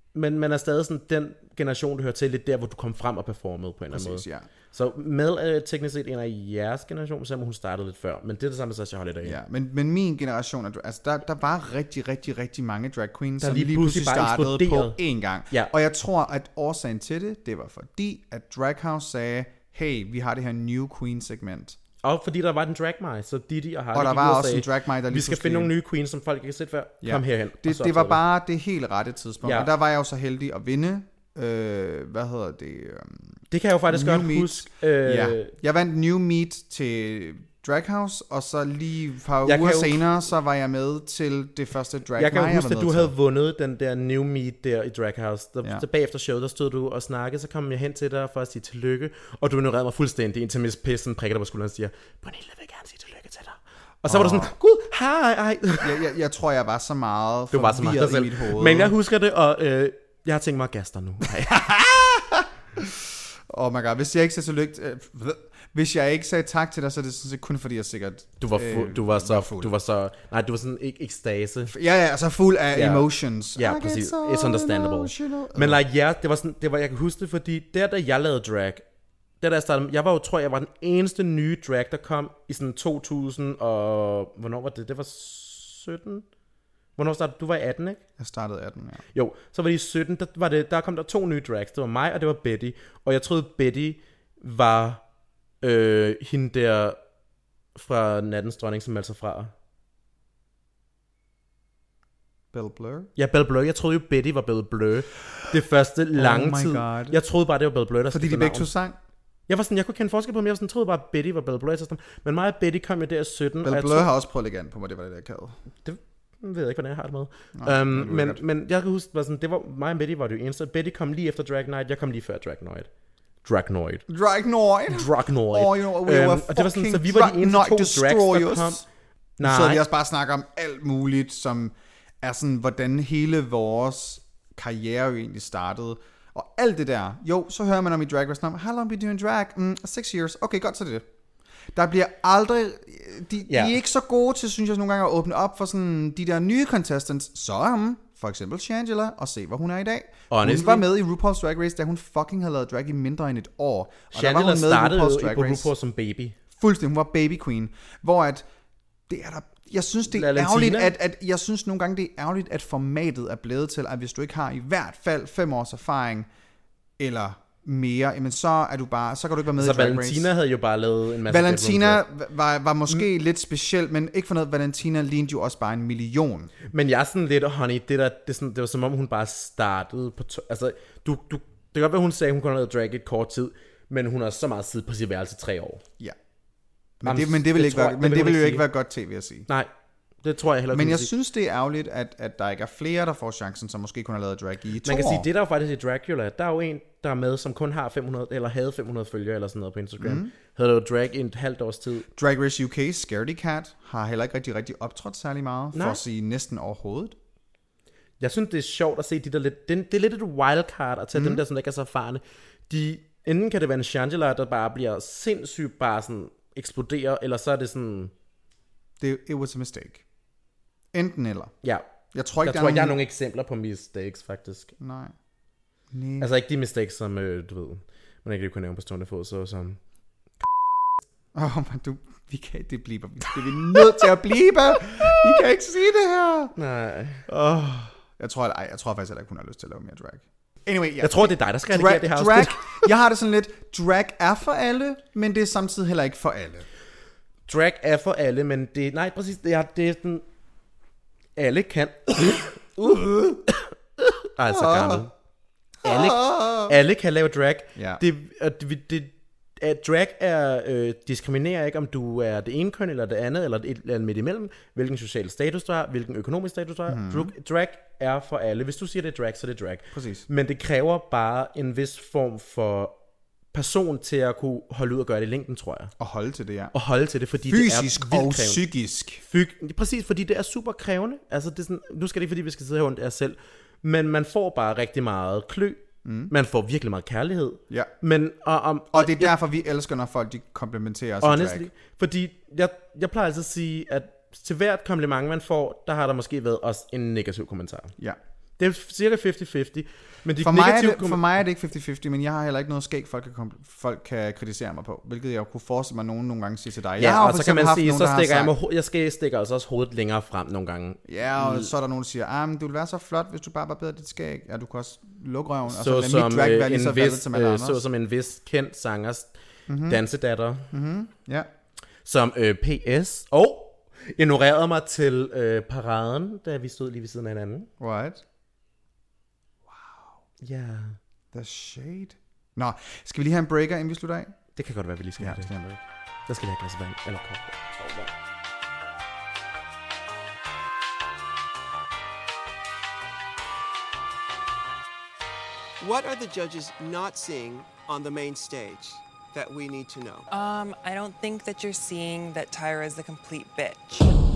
men man er stadig sådan den generation, du hører til, lidt der, hvor du kom frem og performede på en eller anden måde. Ja. Så Mel er teknisk set en af jeres generation, selvom hun startede lidt før, men det er det samme med Sasha Holiday. Ja, men, men min generation, altså der, der var rigtig, rigtig, rigtig mange drag queens, der som lige, lige pludselig startede eksploderede. på én gang. Ja. Og jeg tror, at årsagen til det, det var fordi, at Drag House sagde, hey, vi har det her New Queen-segment. Og fordi der var en drag mig, så Didi og Hardy og der var også sagde, en drag mig, der lige vi skal finde nogle nye queens, som folk ikke har set før. Ja. Kom herhen. Det, det var bare det helt rette tidspunkt. Ja. Og der var jeg jo så heldig at vinde. Øh, hvad hedder det? Um, det kan jeg jo faktisk godt meet. huske. Øh... Ja. Jeg vandt New Meet til Drag House, og så lige et par jeg uger jo... senere, så var jeg med til det første Drag Jeg kan mig, jo huske, jeg at du havde vundet den der New Meet der i Drag House. Der, ja. Så bagefter showet, der stod du og snakkede, så kom jeg hen til dig for at sige tillykke, og du ignorerede mig fuldstændig, indtil Miss Pissen prikker dig på skulderen og siger, Pernille vil gerne sige tillykke til dig. Og så oh. var du sådan, gud, hej, hej. jeg, jeg, jeg tror, jeg var så meget du var så meget i mit hoved. Men jeg husker det, og øh, jeg har tænkt mig at gasse dig nu. Oh my god, hvis jeg ikke sagde tillykke, øh, hvis jeg ikke sagde tak til dig, så er det sådan set kun fordi jeg sikkert du var fu- øh, du var så var fuld. Du var så nej, du var sådan ikke ekstase. Ja, ja, altså fuld af yeah. emotions. Ja, yeah, præcis. It's understandable. Emotional. Men like ja, yeah, det var sådan, det var jeg kan huske det, fordi der da jeg lavede drag, der da jeg startede, jeg var jo tror jeg var den eneste nye drag der kom i sådan to tusind og hvornår var det? Det var sytten. Hvornår startede du? Var i atten, ikke? Jeg startede atten, ja. Jo, så var det i sytten, der, var det, der kom der to nye drags. Det var mig, og det var Betty. Og jeg troede, Betty var øh, hende der fra Nattens Dronning, som altså fra... Belle Blur? Ja, Belle Blur. Jeg troede jo, Betty var Belle Blur. Det første lange oh my tid. God. Jeg troede bare, det var Belle Blur, der fordi de begge to sang? Jeg var sådan, jeg kunne kende forskel på dem. Jeg var sådan, troede bare, at Betty var Belle Blur. Men mig og Betty kom jo der i sytten. Belle Blur tro... har også prøvet at lægge an på mig, det var det, der kaldte. Det Jeg ved ikke, hvordan jeg har det med. Nej, um, det men, men jeg kan huske, sådan, det var mig og Betty var det jo eneste. Betty kom lige efter Drag Night, jeg kom lige før Drag Night. Dragnoid. Dragnoid? Dragnoid. Oh, you know, we um, og det var sådan, så vi var de eneste to drags, der kom. Nej. Så vi også bare snakker om alt muligt, som er sådan, hvordan hele vores karriere jo egentlig startede. Og alt det der, jo, så hører man om i Drag Race, how long be doing drag? Mm, six years. Okay, godt, så det er det. Der bliver aldrig... De, yeah. de er ikke så gode til, synes jeg, nogle gange at åbne op for sådan de der nye contestants. Som for eksempel Shangela, og se, hvor hun er i dag. Honestly. Hun var med i RuPaul's Drag Race, da hun fucking havde lavet drag i mindre end et år. Og Shangela der var hun med startede RuPaul's Drag Race. på RuPaul som baby. Fuldstændig, hun var baby queen. Hvor at... Det er der... Jeg synes, det er ærgerligt, at, at... Jeg synes nogle gange, det er ærgerligt, at formatet er blevet til, at hvis du ikke har i hvert fald fem års erfaring, eller... mere, jamen så er du bare, så kan du ikke være med så i Drag Race. Så Valentina havde jo bare lavet en masse... Valentina var, var måske mm. lidt speciel, men ikke for noget, Valentina lignede jo også bare en million. Men jeg er sådan lidt, honey, det, der, det, er sådan, det var som om hun bare startede på... To- altså, du, du, det kan godt være, hun sagde, hun kunne have lavet drag et kort tid, men hun har så meget tid på sit værelse i tre år. Ja. Men det, men det vil, det ikke være, men det vil, det vil jo ikke være godt tv at sige. Nej. Det tror jeg heller ikke. Men jeg synes, det er ærgerligt, at, at der ikke er flere, der får chancen, som måske kunne have lavet drag i to Man kan år. sige, det der er jo faktisk i Dragula, der er jo en, der er med, som kun har fem hundrede, eller havde fem hundrede følgere, eller sådan noget på Instagram. Mm. Havde jo drag i et halvt års tid. Drag Race U K, Scaredy Cat, har heller ikke rigtig, rigtig optrådt særlig meget, Nej. for at sige næsten overhovedet. Jeg synes, det er sjovt at se de der lidt, det, det er lidt et wildcard at tage mm. dem der, som ikke er så erfarne. De, enten kan det være en Shangela, der bare bliver sindssygt bare sådan eksploderer, eller så er det sådan... Det, it was a mistake. Enten eller. Ja. Jeg tror ikke, jeg, der tror, er jeg har nogle eksempler på mistakes, faktisk. Nej. Nej. Altså ikke de mistakes, som øh, du ved, man ikke kunne nævne på stående fod, så som... Åh, oh, men du, vi kan det blive, det er vi nødt til at blive. Vi kan ikke sige det her. Nej. Oh. Jeg tror, ej, jeg tror faktisk heller ikke, hun har lyst til at lave mere drag. Anyway, ja. Jeg tror, det er dig, der skal redigere det her drag, jeg har det sådan lidt, drag er for alle, men det er samtidig heller ikke for alle. Drag er for alle, men det, nej, præcis, det er, det er sådan, alle kan. uh. Ej, så gammel. Alle, alle kan lave drag. Ja. Det, det, det, at drag er øh, diskriminerer ikke, om du er det ene køn eller det andet, eller et eller andet midt imellem, hvilken social status du har, hvilken økonomisk status du har. Mm. Drag, drag er for alle. Hvis du siger, det er drag, så det er drag. Præcis. Men det kræver bare en vis form for person til at kunne holde ud og gøre det i længden, tror jeg. Og holde til det, ja. Og holde til det, fordi fysisk det er og psykisk. Fyg, præcis, fordi det er super krævende. Altså, det er sådan, nu skal det ikke, fordi vi skal sidde her rundt af os selv, men man får bare rigtig meget klø. Mm. Man får virkelig meget kærlighed. Ja. Men, og, og, og det er derfor, vi elsker, når folk de komplimenterer os honestly, i drag. Fordi jeg, jeg plejer altid at sige, at til hvert kompliment, man får, der har der måske været også en negativ kommentar. Ja. Det er cirka halvtreds halvtreds. Men de for, mig er det, kom- for mig er det ikke halvtreds halvtreds, men jeg har heller ikke noget skæg, folk kan, kom, folk kan kritisere mig på. Hvilket jeg kunne forestille mig, nogen nogle gange siger til dig. Ja, jeg har og så kan man sige, nogen, så stikker jeg, sagt, med, jeg skal stikker altså også hovedet længere frem nogle gange. Ja, og så er der nogen, der siger, ah, men du vil være så flot, hvis du bare barberede dit skæg. Ja, du kan også lukke røven, Så og så lade som, mit drag være øh, lige så en faldet vis, som alle øh, andre. så som en vis kendt sangers mm-hmm. dansedatter. Mm-hmm. Ja. Som øh, P S og ignorerede mig til øh, paraden, da vi stod lige ved siden af hinanden. Right. Ja. Yeah. The shade. Nå, skal vi lige have en breaker, inden vi slutter af? Det kan godt være, vi lige skal Ja, have det. skal vi. Der skal vi have et glas vand eller kop. What are the judges not seeing on the main stage that we need to know? Um, I don't think that you're seeing that Tyra is a complete bitch.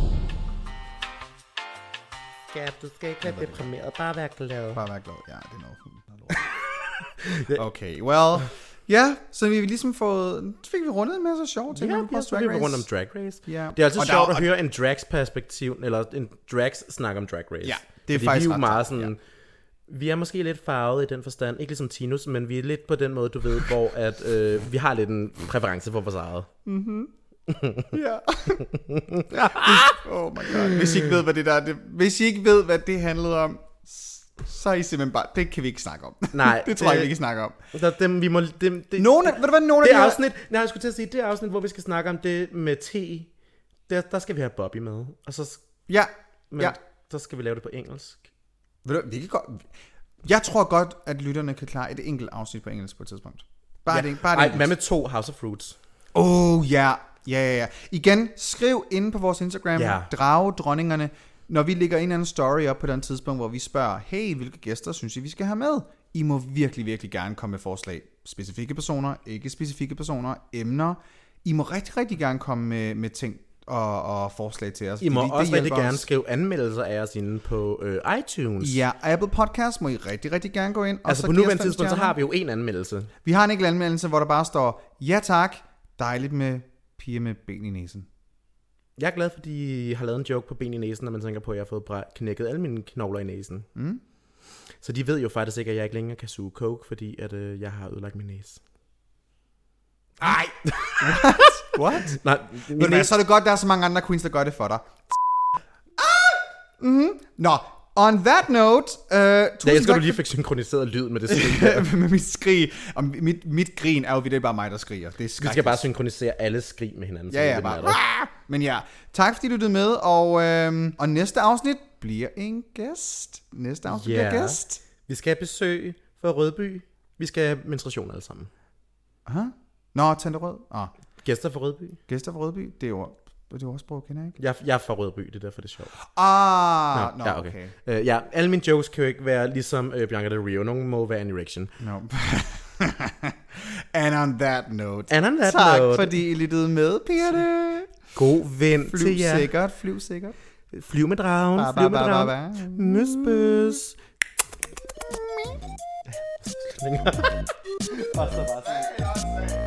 Ja, du skal ikke være deprimeret, bare være glad. Bare være glad, ja, det er noget fint. Okay, well, ja, så vi ligesom fået, fik vi rundet en masse sjov ting. Ja, ja, så vi rundt om Drag Race. Ja. Det er altid Og sjovt der, at høre en drags perspektiv, eller en drags snak om Drag Race. Ja, det er fordi faktisk vi er jo ret meget klart, sådan, vi er måske lidt farvet i den forstand, ikke ligesom Tinus, men vi er lidt på den måde, du ved, hvor at, øh, vi har lidt en præference for vores eget. Mhm. Ja. Oh my god. Hvis I ikke ved, hvad det der, det, hvis I ikke ved, hvad det handlede om, så er I simpelthen bare, det kan vi ikke snakke om. Nej. det tror jeg, vi ikke snakke om. Der, dem, vi må, dem, det, Nogle, ved du hvad, nogle det af de her... afsnit, nej, jeg skulle til at sige, det afsnit, hvor vi skal snakke om det med te, der, der skal vi have Bobby med. Og så, Ja, men, ja. så skal vi lave det på engelsk. Ved du, vi kan godt... Jeg tror godt, at lytterne kan klare et enkelt afsnit på engelsk på et tidspunkt. Bare Ja. det, bare Ej, det. hvad med to House of Fruits? Oh, ja. Ja, ja, ja. Igen, skriv inde på vores Instagram, Ja. Dragedronningerne, når vi lægger en eller anden story op på den tidspunkt, hvor vi spørger, hey, hvilke gæster synes I, vi skal have med? I må virkelig, virkelig gerne komme med forslag. Specifikke personer, ikke specifikke personer, emner. I må rigtig, rigtig gerne komme med, med ting og, og forslag til os. I må fordi det også rigtig hjælper gerne os. skrive anmeldelser af os inde på øh, iTunes. Ja, Apple Podcast må I rigtig, rigtig gerne gå ind. Og Altså så på give os nuværende fem tidspunkt, så stjerner. har vi jo en anmeldelse. Vi har en enkelt anmeldelse, hvor der bare står, ja tak, dejligt med piger med ben i næsen. Jeg er glad, fordi I har lavet en joke på ben i næsen, når man tænker på, at jeg har fået bræ- knækket alle mine knogler i næsen. Mm. Så de ved jo faktisk ikke, at jeg ikke længere kan suge coke, fordi at, øh, jeg har ødelagt min næse. Ej! What? What? Nej, Men min næse... så er det godt, der er så mange andre queens, der gør det for dig. Ah! Mm-hmm. Nå, on that note... Uh, Jeg elsker, tak du lige fik synkroniseret lyd med det skrig. med mit skrig. Og mit, mit grin er jo virkelig bare mig, der skriger. Det er Vi skal skrækkeligt. bare synkronisere alle skrig med hinanden. så Ja, det ja, er bare. lidt Ah! Men ja, tak fordi du lyttede med. Og, øhm, og næste afsnit bliver en gæst. Næste afsnit Ja. bliver gæst. Vi skal have besøg fra Rødby. Vi skal have menstruation alle sammen. Aha. Nå, Tante Rød. Ah. Gæster fra Rødby. Gæster fra Rødby. Det er jo det er jo også sprog, kender jeg ikke? Jeg, jeg er fra Rødby, det er derfor, det er sjovt. Ah, Nå, no, ja, okay. okay. Uh, ja, alle mine jokes kan jo ikke være ligesom uh, Bianca Del Rio. Nogle må være en erection. No. And on that note. And on that tak note. fordi I lyttede med, pigerne. God vind Flyv til jer. sikkert, flyv sikkert. Flyv med dragen, Ba, ba, flyv med ba, ba, dragen. ba. Møs, bøs. Og så bare sådan.